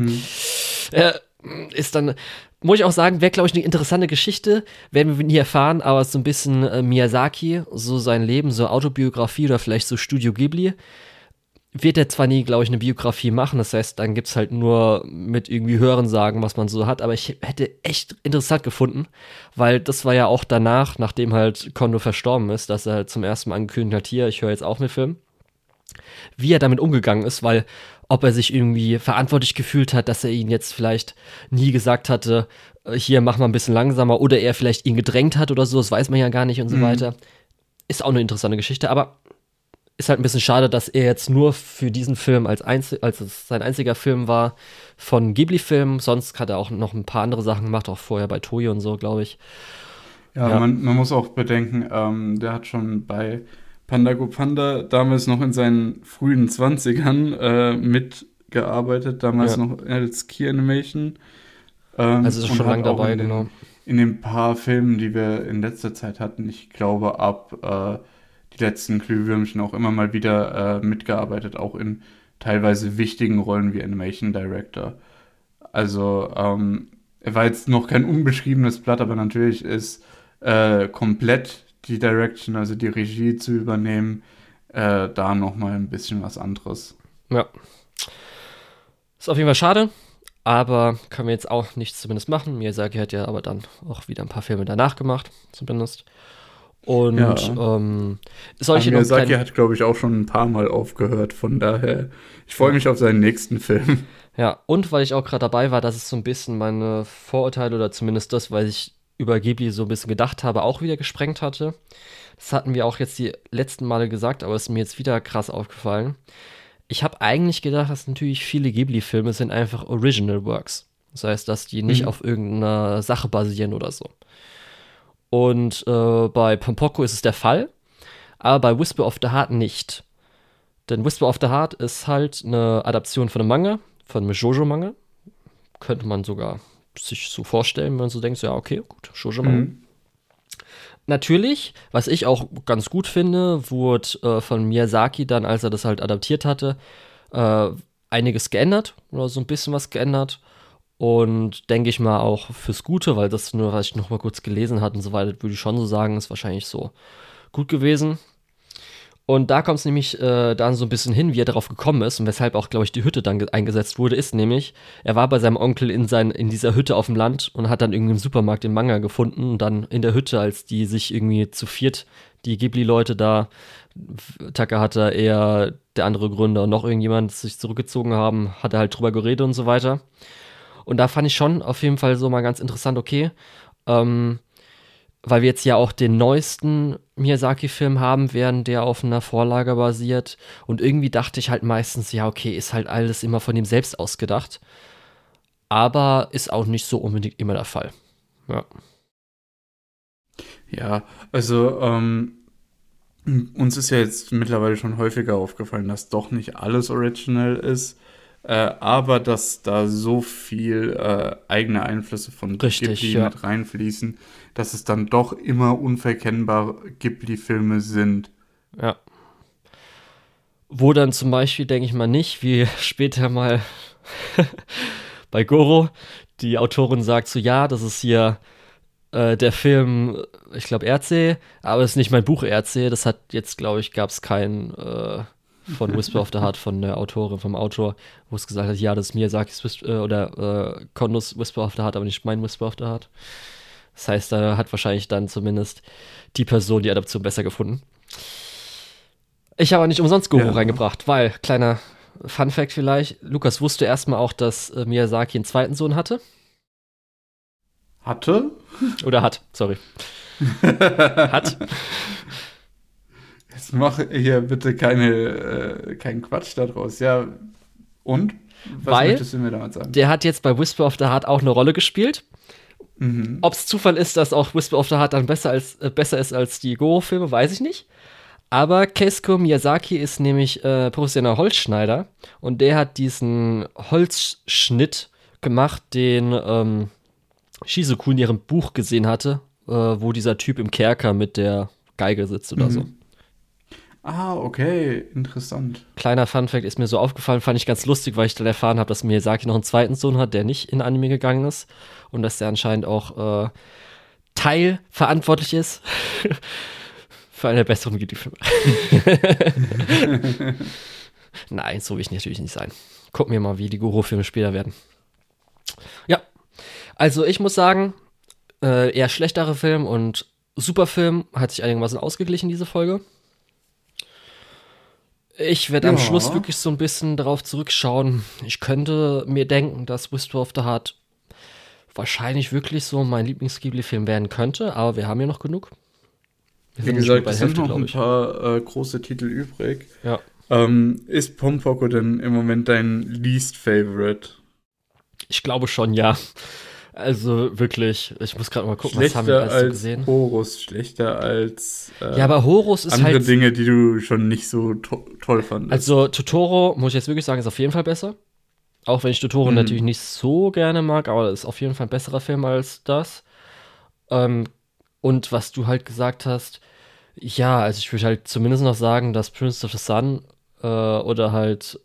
Ist dann, muss ich auch sagen, wäre, glaube ich, eine interessante Geschichte, werden wir nie erfahren, aber so ein bisschen Miyazaki, so sein Leben, so Autobiografie oder vielleicht so Studio Ghibli, wird er zwar nie, glaube ich, eine Biografie machen, das heißt, dann gibt es halt nur mit irgendwie Hörensagen, was man so hat, aber ich hätte echt interessant gefunden, weil das war ja auch danach, nachdem halt Kondo verstorben ist, dass er halt zum ersten Mal angekündigt hat, hier, ich höre jetzt auf mit Filmen, wie er damit umgegangen ist, weil ob er sich irgendwie verantwortlich gefühlt hat, dass er ihn jetzt vielleicht nie gesagt hatte, hier, mach mal ein bisschen langsamer, oder er vielleicht ihn gedrängt hat oder so, das weiß man ja gar nicht und so weiter. Ist auch eine interessante Geschichte, aber ist halt ein bisschen schade, dass er jetzt nur für diesen Film als es sein einziger Film war von Ghibli-Filmen. Sonst hat er auch noch ein paar andere Sachen gemacht, auch vorher bei Toei und so, glaube ich. Ja. Man muss auch bedenken, der hat schon bei Panda Go Panda damals noch in seinen frühen 20ern mitgearbeitet, damals noch als Key Animation. Also ist schon lange dabei, genau. In den paar Filmen, die wir in letzter Zeit hatten, ich glaube ab die letzten Glühwürmchen auch immer mal wieder mitgearbeitet, auch in teilweise wichtigen Rollen wie Animation Director. Also er war jetzt noch kein unbeschriebenes Blatt, aber natürlich ist komplett die Direction, also die Regie zu übernehmen, da nochmal ein bisschen was anderes. Ja. Ist auf jeden Fall schade, aber können wir jetzt auch nichts zumindest machen. Miyazaki hat ja aber dann auch wieder ein paar Filme danach gemacht, zumindest. Und Miyazaki hat, glaube ich, auch schon ein paar Mal aufgehört, von daher, ich freue mich auf seinen nächsten Film. Ja, und weil ich auch gerade dabei war, dass es so ein bisschen meine Vorurteile oder zumindest das, weil ich über Ghibli so ein bisschen gedacht habe, auch wieder gesprengt hatte. Das hatten wir auch jetzt die letzten Male gesagt, aber es ist mir jetzt wieder krass aufgefallen. Ich habe eigentlich gedacht, dass natürlich viele Ghibli-Filme sind einfach Original Works. Das heißt, dass die nicht auf irgendeiner Sache basieren oder so. Und bei Pompoko ist es der Fall, aber bei Whisper of the Heart nicht. Denn Whisper of the Heart ist halt eine Adaption von einem Manga, von einem Shoujo-Manga. Könnte man sogar sich so vorstellen, wenn man so denkt, ja, okay, gut, Shoujo-Manga. Natürlich, was ich auch ganz gut finde, wurde von Miyazaki dann, als er das halt adaptiert hatte, einiges geändert oder so ein bisschen was geändert. Und denke ich mal auch fürs Gute, weil das nur, was ich noch mal kurz gelesen hatte und so weiter, würde ich schon so sagen, ist wahrscheinlich so gut gewesen. Und da kommt es nämlich dann so ein bisschen hin, wie er darauf gekommen ist und weshalb auch, glaube ich, die Hütte dann eingesetzt wurde, ist nämlich, er war bei seinem Onkel in dieser Hütte auf dem Land und hat dann irgendwie im Supermarkt den Manga gefunden und dann in der Hütte, als die sich irgendwie zu viert, die Ghibli-Leute da, Takahata, er, der andere Gründer und noch irgendjemand sich zurückgezogen haben, hat er halt drüber geredet und so weiter. Und da fand ich schon auf jeden Fall so mal ganz interessant, okay, weil wir jetzt ja auch den neuesten Miyazaki-Film haben werden, der auf einer Vorlage basiert. Und irgendwie dachte ich halt meistens, ja, okay, ist halt alles immer von ihm selbst ausgedacht. Aber ist auch nicht so unbedingt immer der Fall. Ja. Ja, also uns ist ja jetzt mittlerweile schon häufiger aufgefallen, dass doch nicht alles original ist. Aber dass da so viel eigene Einflüsse von Ghibli mit reinfließen, dass es dann doch immer unverkennbar Ghibli-Filme sind. Ja. Wo dann zum Beispiel, denke ich mal nicht, wie später mal bei Goro, die Autorin sagt so, ja, das ist hier der Film, ich glaube RC, aber es ist nicht mein Buch RC, das hat jetzt, glaube ich, gab es kein von Whisper of the Heart, von der Autorin, vom Autor, wo es gesagt hat, ja, das ist Miyazakis Kondos Whisper of the Heart, aber nicht mein Whisper of the Heart. Das heißt, da hat wahrscheinlich dann zumindest die Person die Adaption besser gefunden. Ich habe aber nicht umsonst Goro reingebracht, weil, kleiner Fun-Fact vielleicht, Lukas wusste erstmal auch, dass Miyazaki einen zweiten Sohn hatte. Hatte? Oder hat, sorry. Hat. Jetzt mach hier bitte keinen Quatsch daraus. Ja, und? Was möchtest du mir damit sagen? Der hat jetzt bei Whisper of the Heart auch eine Rolle gespielt. Mhm. Ob es Zufall ist, dass auch Whisper of the Heart dann besser ist als die Goro-Filme, weiß ich nicht. Aber Keisuke Miyazaki ist nämlich professioneller Holzschneider und der hat diesen Holzschnitt gemacht, den Shizuku in ihrem Buch gesehen hatte, wo dieser Typ im Kerker mit der Geige sitzt oder so. Ah, okay, interessant. Kleiner Funfact ist mir so aufgefallen, fand ich ganz lustig, weil ich dann erfahren habe, dass Miyazaki noch einen zweiten Sohn hat, der nicht in Anime gegangen ist und dass der anscheinend auch teilverantwortlich ist für eine der besseren Ghibli-Filme. Nein, so will ich natürlich nicht sein. Gucken wir mal, wie die Goro-Filme später werden. Ja, also ich muss sagen, eher schlechterer Film und super Film, hat sich einigermaßen ausgeglichen, diese Folge. Ich werde am Schluss wirklich so ein bisschen darauf zurückschauen. Ich könnte mir denken, dass Whisper of the Heart wahrscheinlich wirklich so mein Lieblings-Ghibli-Film werden könnte, aber wir haben ja noch genug. Wie gesagt, es sind noch ein paar große Titel übrig. Ja. Ist Pom Poko denn im Moment dein least favorite? Ich glaube schon, ja. Also wirklich, ich muss gerade mal gucken, schlechter was haben wir alles so gesehen. Als Horus, schlechter als ja, aber Horus ist andere halt Dinge, die du schon nicht so toll fandest. Also Totoro, muss ich jetzt wirklich sagen, ist auf jeden Fall besser. Auch wenn ich Totoro natürlich nicht so gerne mag, aber das ist auf jeden Fall ein besserer Film als das. Und was du halt gesagt hast, ja, also ich würde halt zumindest noch sagen, dass Prince of the Sun oder halt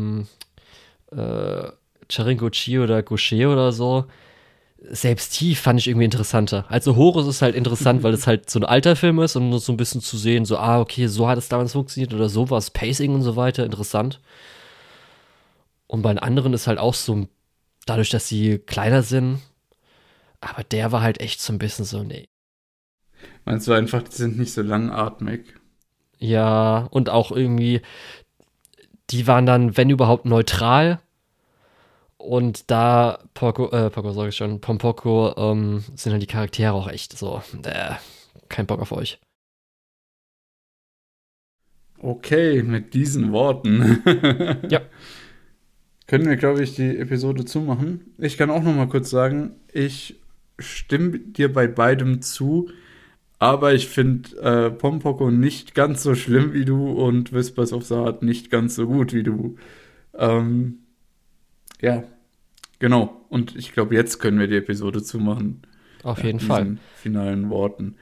Charingochi oder Gaucher oder so, selbst die fand ich irgendwie interessanter. Also Horus ist halt interessant, weil es halt so ein alter Film ist und nur so ein bisschen zu sehen, so, okay, so hat es damals funktioniert oder so war es, Pacing und so weiter, interessant. Und bei den anderen ist halt auch so, dadurch, dass sie kleiner sind, aber der war halt echt so ein bisschen so, nee. Meinst du einfach, die sind nicht so langatmig? Ja, und auch irgendwie, die waren dann, wenn überhaupt, neutral. Und da Pom Poko, sind dann die Charaktere auch echt so, kein Bock auf euch. Okay, mit diesen Worten. Ja. Können wir, glaube ich, die Episode zumachen. Ich kann auch noch mal kurz sagen, ich stimme dir bei beidem zu, aber ich finde Pom Poko nicht ganz so schlimm wie du und Whispers of the Heart nicht ganz so gut wie du. Ja, genau. Und ich glaube, jetzt können wir die Episode zumachen. Auf jeden Fall. Finalen Worten.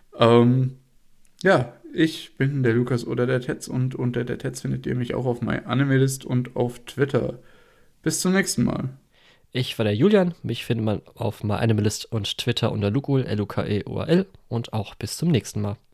Ja, ich bin der Lukas oder der Tetz und unter der Tetz findet ihr mich auch auf MyAnimeList und auf Twitter. Bis zum nächsten Mal. Ich war der Julian. Mich findet man auf MyAnimeList und Twitter unter Lukul, Lukeol. Und auch bis zum nächsten Mal.